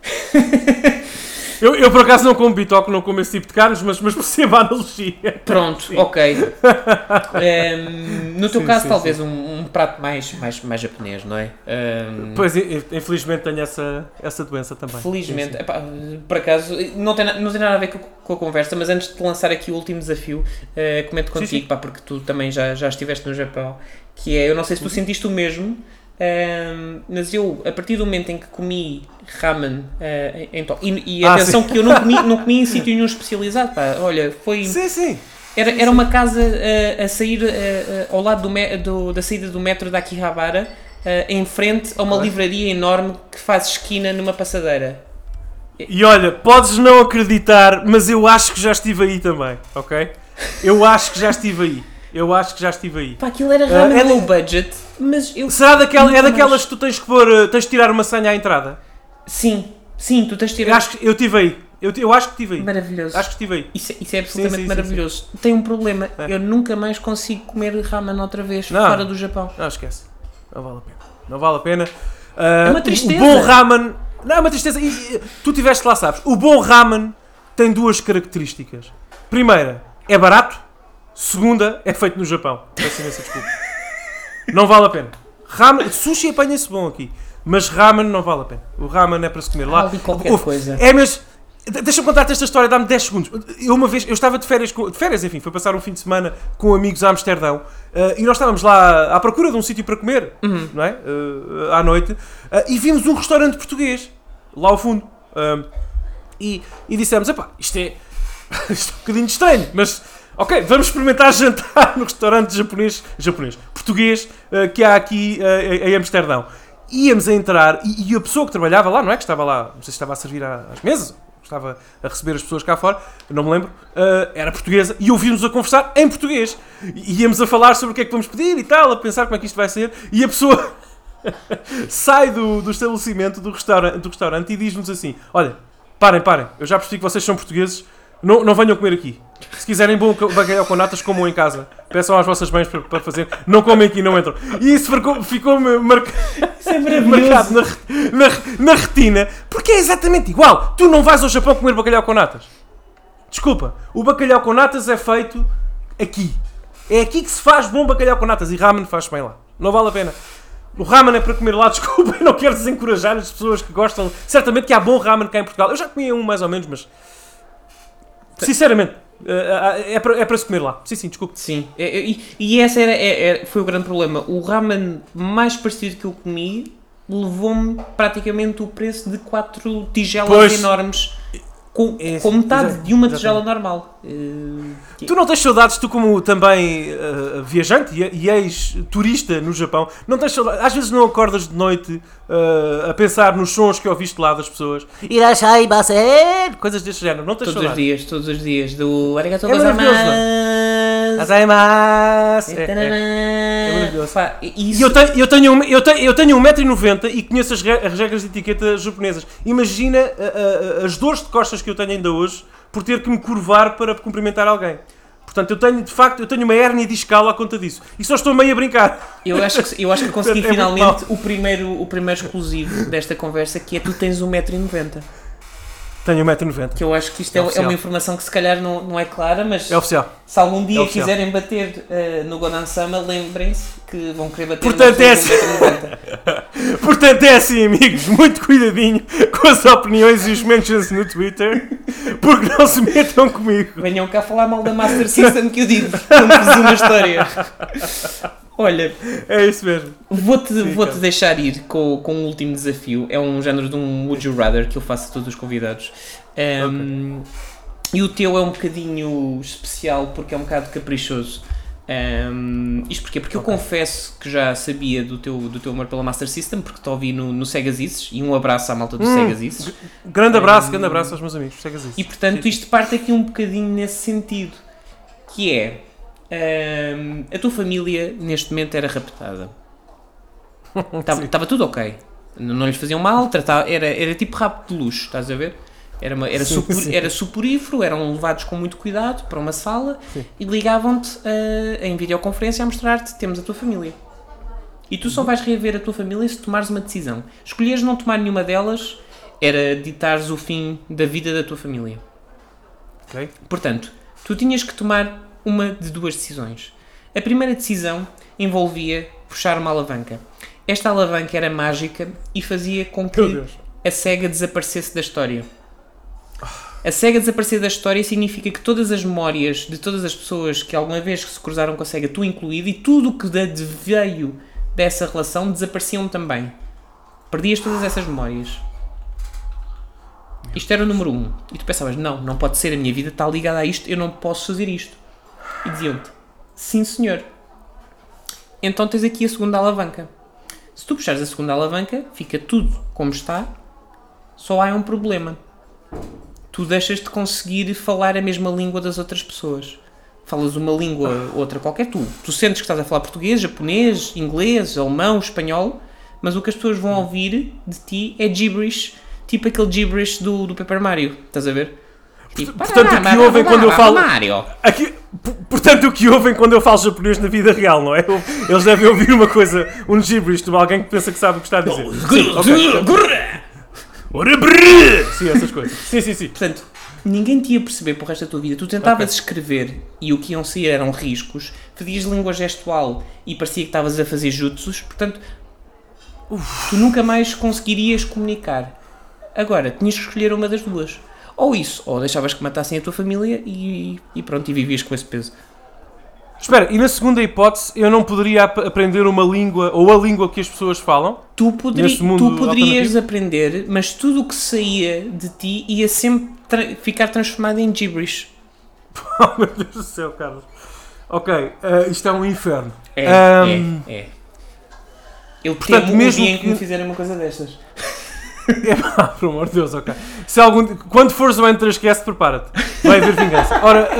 Eu por acaso não como bitoque, não como esse tipo de carnes, mas percebo a analogia. Pronto, sim. Ok. No teu caso, talvez um prato mais japonês, não é? Pois, infelizmente tenho essa doença também. Felizmente. Sim, sim. Epá, por acaso, não tem nada a ver com a conversa, mas antes de te lançar aqui o último desafio, comento contigo, sim. Pá, porque tu também já estiveste no Japão, que é, eu não sei se tu sentiste o mesmo, mas eu, a partir do momento em que comi ramen em Tóquio, e atenção que eu não comi em sítio nenhum especializado, pá, olha, foi... Sim. Era uma casa a sair ao lado da saída do metro da Akihabara, em frente a uma livraria enorme que faz esquina numa passadeira. E olha, podes não acreditar, mas eu acho que já estive aí também, ok? Eu acho que já estive aí. Eu acho que já estive aí. Pá, aquilo era ramen é low budget, mas eu... Será é daquelas mais. que tu tens que pôr, tens de tirar uma senha à entrada? Sim, tu tens de Eu tirar... acho que eu estive aí. Eu acho que estive aí. Maravilhoso. Acho que estive aí. Isso é absolutamente Sim. maravilhoso. Tem um problema. É. Eu nunca mais consigo comer ramen outra vez Não. fora do Japão. Não, esquece. Não vale a pena. Não vale a pena. É uma tristeza. O bom ramen... Não, é uma tristeza. Tu estiveste lá, sabes. O bom ramen tem duas características. Primeira, é barato. Segunda, é feito no Japão. Peço imensa desculpa. Não vale a pena. Ramen... Sushi apanha-se bom aqui. Mas ramen não vale a pena. O ramen é para se comer lá. Ali qualquer coisa. É mesmo... Deixa-me contar-te esta história, dá-me 10 segundos. Eu estava de férias, enfim, foi passar um fim de semana com amigos a Amsterdão e nós estávamos lá à procura de um sítio para comer, não é? À noite, e vimos um restaurante português, lá ao fundo. E dissemos, epá, isto é um bocadinho estranho, mas ok, vamos experimentar jantar no restaurante português, que há aqui em Amsterdão. Íamos a entrar e a pessoa que trabalhava lá, não é? Que estava lá, não sei se estava a servir às mesas, estava a receber as pessoas cá fora, não me lembro, era portuguesa e ouvimos a conversar em português. E íamos a falar sobre o que é que vamos pedir e tal, a pensar como é que isto vai ser, e a pessoa sai do estabelecimento, do restaurante e diz-nos assim, olha, parem, eu já percebi que vocês são portugueses, não venham comer aqui. Se quiserem bom bacalhau com natas, comam em casa. Peçam às vossas mães para fazer. Não comem aqui, não entram. E isso ficou marcado na retina. Porque é exatamente igual. Tu não vais ao Japão comer bacalhau com natas. Desculpa. O bacalhau com natas é feito aqui. É aqui que se faz bom bacalhau com natas. E ramen faz bem lá. Não vale a pena. O ramen é para comer lá. Desculpa, eu não quero desencorajar as pessoas que gostam. Certamente que há bom ramen cá em Portugal. Eu já comia um mais ou menos, mas... Sinceramente, é para se comer lá. Sim, desculpe. Sim, e esse foi o grande problema. O ramen mais parecido que eu comi levou-me praticamente o preço de 4 tigelas enormes com metade de uma tigela normal. Tu não tens saudades, tu como também viajante e ex-turista no Japão, não tens saudades, às vezes não acordas de noite a pensar nos sons que ouviste lá das pessoas? Irashai masen! Coisas deste género, não tens saudades? Todos os dias, do arigatou É maravilhoso, gozaimasu. É maravilhoso. Pá, E eu tenho 1,90m e conheço as regras de etiqueta japonesas. Imagina as dores de costas que eu tenho ainda hoje por ter que me curvar para cumprimentar alguém. Portanto, eu tenho uma hérnia discal à conta disso. E só estou meio a brincar. Eu acho que consegui finalmente o primeiro exclusivo desta conversa, que é tu tens 1,90m. Tenho 1,90m. Que eu acho que isto é uma informação que se calhar não é clara, mas é oficial. Se algum dia oficial. quiserem bater no Gonan-sama, lembrem-se que vão querer bater Portanto, no 1,90m. Portanto, é assim, amigos, muito cuidadinho com as opiniões e os mentions no Twitter, porque não se metam comigo. Venham cá falar mal da Master System que eu digo, como fiz uma história. Olha, é isso mesmo. Vou-te deixar ir com um último desafio. É um género de um Would You Rather que eu faço a todos os convidados. Okay. E o teu é um bocadinho especial porque é um bocado caprichoso. Isto porquê? Porque eu confesso que já sabia do teu amor pela Master System, porque te ouvi no Segazices, e um abraço à malta do Segazices. Grande abraço aos meus amigos do Segazices. E portanto isto parte aqui um bocadinho nesse sentido, que é... a tua família neste momento era raptada. Estava tudo ok. Não lhes faziam mal, era tipo rapto de luxo, estás a ver? Era suporífero, eram levados com muito cuidado para uma sala. Sim. E ligavam-te em videoconferência a mostrar-te: temos a tua família. E tu só vais rever a tua família se tomares uma decisão. Escolheres não tomar nenhuma delas era ditares o fim da vida da tua família. Okay. Portanto, tu tinhas que tomar uma de duas decisões. A primeira decisão envolvia puxar uma alavanca. Esta alavanca era mágica e fazia com que a SEGA desaparecesse da história. A SEGA desaparecer da história significa que todas as memórias de todas as pessoas que alguma vez se cruzaram com a SEGA, tu incluído, e tudo o que veio dessa relação desapareciam também. Perdias todas essas memórias. Isto era o número 1. E tu pensavas: não pode ser, a minha vida está ligada a isto, eu não posso fazer isto. E diziam-te: sim senhor. Então tens aqui a segunda alavanca. Se tu puxares a segunda alavanca, fica tudo como está, só há um problema. Tu deixas de conseguir falar a mesma língua das outras pessoas. falas uma língua, outra qualquer, tu sentes que estás a falar português, japonês, inglês, alemão, espanhol, mas o que as pessoas vão ouvir de ti é gibberish, tipo aquele gibberish do Paper Mario, estás a ver? Tipo, portanto, o que ouvem quando eu falo... Mario. Portanto, o que ouvem quando eu falo japonês na vida real, não é? Eles devem ouvir uma coisa, um gibberish de alguém que pensa que sabe o que está a dizer. Sim, essas coisas. Sim. Portanto, ninguém te ia perceber para o resto da tua vida. Tu tentavas escrever e o que iam sair eram riscos, fazias língua gestual e parecia que estavas a fazer jutsus, portanto, tu nunca mais conseguirias comunicar. Agora, tinhas que escolher uma das duas. Ou isso, ou deixavas que matassem a tua família e pronto, e vivias com esse peso. Espera, e na segunda hipótese, eu não poderia aprender uma língua, ou a língua que as pessoas falam? Tu poderias aprender, mas tudo o que saía de ti ia sempre ficar transformado em gibberish. Oh, meu Deus do céu, Carlos. Ok, isto é um inferno. É. Eu portanto, temo mesmo o dia em que me fizerem uma coisa destas. Por amor de Deus, ok. Quando fores ao N3Cast, prepara-te. Vai haver vingança.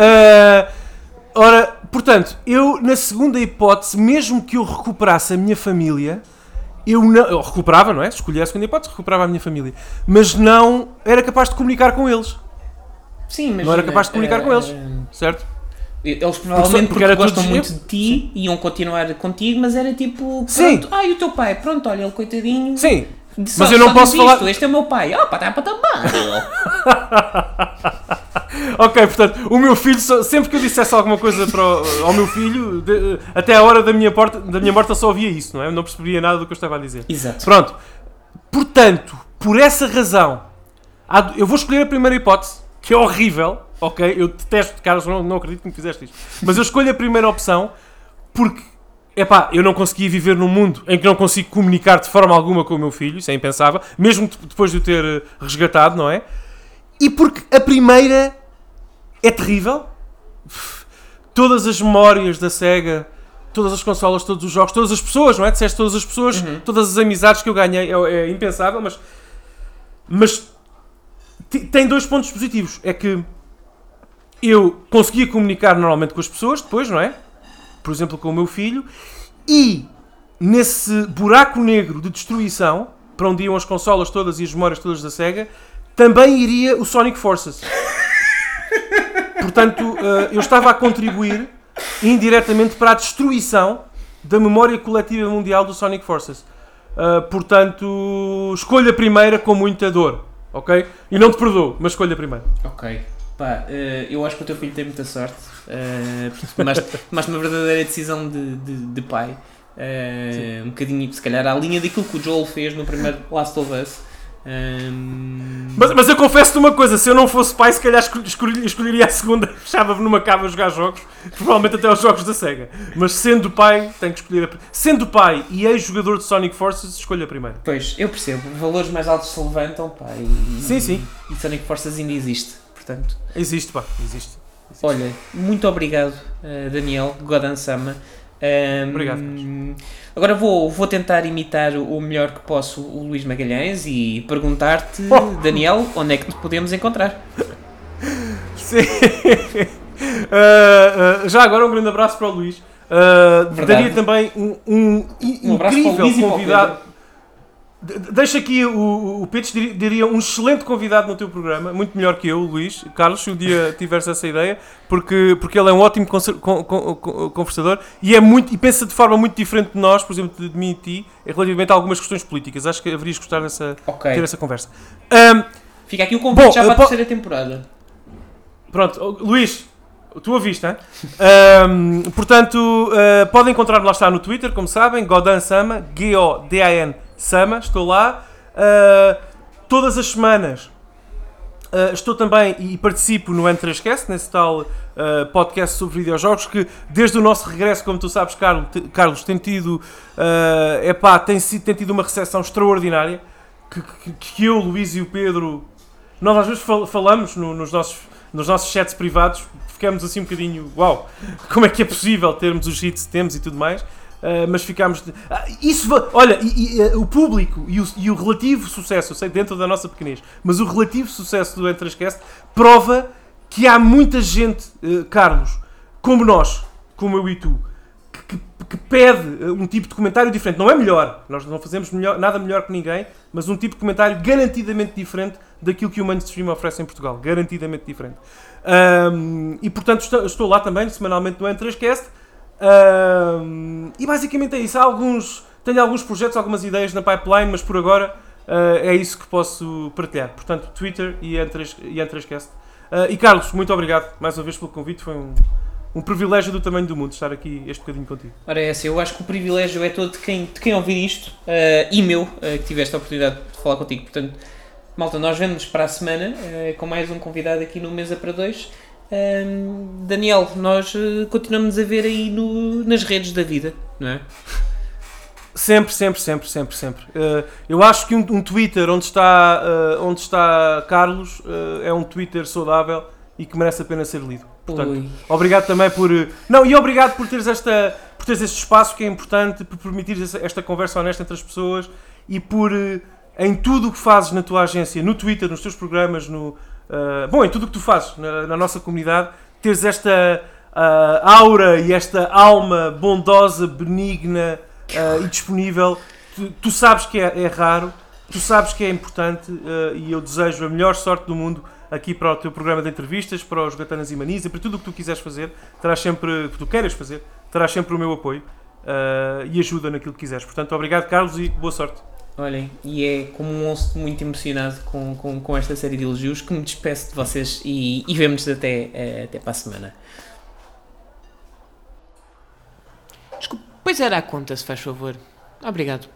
Ora, portanto, eu, na segunda hipótese, mesmo que eu recuperasse a minha família, eu recuperava, não é? Se escolhia a segunda hipótese, recuperava a minha família. Mas não era capaz de comunicar com eles. Sim, mas... Não era capaz de comunicar com eles, certo? Eles provavelmente porque gostam muito de ti, iam continuar contigo, mas era tipo... Pronto, e o teu pai? Pronto, olha, ele coitadinho... Sim. Mas eu não posso falar... Este é o meu pai. Para também. Ok, portanto, o meu filho, sempre que eu dissesse alguma coisa ao meu filho, até a hora da minha morte, eu só ouvia isso, não é? Eu não percebia nada do que eu estava a dizer. Exato. Pronto. Portanto, por essa razão, eu vou escolher a primeira hipótese, que é horrível, ok? Eu detesto, Carlos, não acredito que me fizeste isto. Mas eu escolho a primeira opção porque... eu não conseguia viver num mundo em que não consigo comunicar de forma alguma com o meu filho, isso é impensável, mesmo depois de o ter resgatado, não é? E porque a primeira é terrível. Todas as memórias da SEGA, todas as consolas, todos os jogos, todas as pessoas, não é? Disseste todas as pessoas, todas as amizades que eu ganhei, é impensável, mas tem dois pontos positivos. É que eu conseguia comunicar normalmente com as pessoas depois, não é? Por exemplo, com o meu filho, e nesse buraco negro de destruição, para onde iam as consolas todas e as memórias todas da SEGA, também iria o Sonic Forces. Portanto, eu estava a contribuir indiretamente para a destruição da memória coletiva mundial do Sonic Forces. Portanto, escolha a primeira com muita dor, ok? E não te perdoo, mas escolha a primeira. Ok. Eu acho que o teu filho tem muita sorte. Mas uma verdadeira decisão de pai. Um bocadinho, se calhar, à linha daquilo que o Joel fez no primeiro Last of Us. Mas eu confesso-te uma coisa, se eu não fosse pai, se calhar escolheria a segunda, fechava-me numa cava a jogar jogos, provavelmente até os jogos da SEGA. Mas sendo pai, tenho que escolher sendo pai e ex-jogador de Sonic Forces, escolho a primeira. Pois, eu percebo, valores mais altos se levantam, sim. E Sonic Forces ainda existe, portanto... Existe. Olha, muito obrigado, Daniel, Godan-sama. Obrigado, Carlos. Agora vou tentar imitar o melhor que posso o Luís Magalhães e perguntar-te, Daniel, onde é que te podemos encontrar? Sim. Já agora um grande abraço para o Luís. Daria também um incrível convidado. Deixa aqui o Pitch, diria um excelente convidado no teu programa, muito melhor que eu, Luís. Carlos, se um dia tiveres essa ideia, porque ele é um ótimo conversador e pensa de forma muito diferente de nós, por exemplo, de mim e ti, relativamente a algumas questões políticas. Acho que haverias gostar de ter essa conversa. Fica aqui o convite já para a terceira temporada. Pronto, Luís, tu ouviste, hein? Portanto, podem encontrar-me lá está no Twitter, como sabem, Godan-sama, Godin Sama, estou lá. Todas as semanas estou também e participo no N3Cast, nesse tal podcast sobre videojogos, que desde o nosso regresso, como tu sabes, Carlos, tem tido uma recepção extraordinária, que eu, o Luís e o Pedro, nós às vezes falamos nos nossos chats privados, ficamos assim um bocadinho, uau, como é que é possível termos os hits que temos e tudo mais. Mas ficámos... olha, o público e o relativo sucesso, eu sei, dentro da nossa pequenez, mas o relativo sucesso do N3Cast prova que há muita gente, Carlos, como nós, como eu e tu, que pede um tipo de comentário diferente. Não é melhor, nós não fazemos nada melhor que ninguém, mas um tipo de comentário garantidamente diferente daquilo que o mainstream oferece em Portugal. Garantidamente diferente. E portanto estou lá também, semanalmente no N3Cast. E basicamente é isso. Tenho alguns projetos, algumas ideias na pipeline, mas por agora é isso que posso partilhar. Portanto, Twitter e N3Cast. E Carlos, muito obrigado mais uma vez pelo convite. Foi um privilégio do tamanho do mundo estar aqui este bocadinho contigo. Ora, é assim, eu acho que o privilégio é todo de quem ouvir isto e meu, que tive esta oportunidade de falar contigo. Portanto, malta, nós vemos para a semana com mais um convidado aqui no Mesa para Dois. Daniel, nós continuamos a ver aí nas redes da vida, não é? Sempre. Eu acho que um Twitter onde está Carlos é um Twitter saudável e que merece a pena ser lido. Portanto, obrigado também obrigado por teres este espaço que é importante, por permitires esta conversa honesta entre as pessoas e por, em tudo o que fazes na tua agência, no Twitter, nos teus programas, em tudo o que tu fazes na nossa comunidade, teres esta aura e esta alma bondosa, benigna e disponível. Tu sabes que é raro, tu sabes que é importante e eu desejo a melhor sorte do mundo aqui para o teu programa de entrevistas, para os Gatanas e Manias e para tudo o que tu quiseres fazer, que tu queiras fazer, terás sempre o meu apoio e ajuda naquilo que quiseres. Portanto, obrigado Carlos e boa sorte. Olhem, e é como um ouço muito emocionado com esta série de elogios que me despeço de vocês e vemo-nos até para a semana. Desculpe, pois era a conta, se faz favor. Obrigado.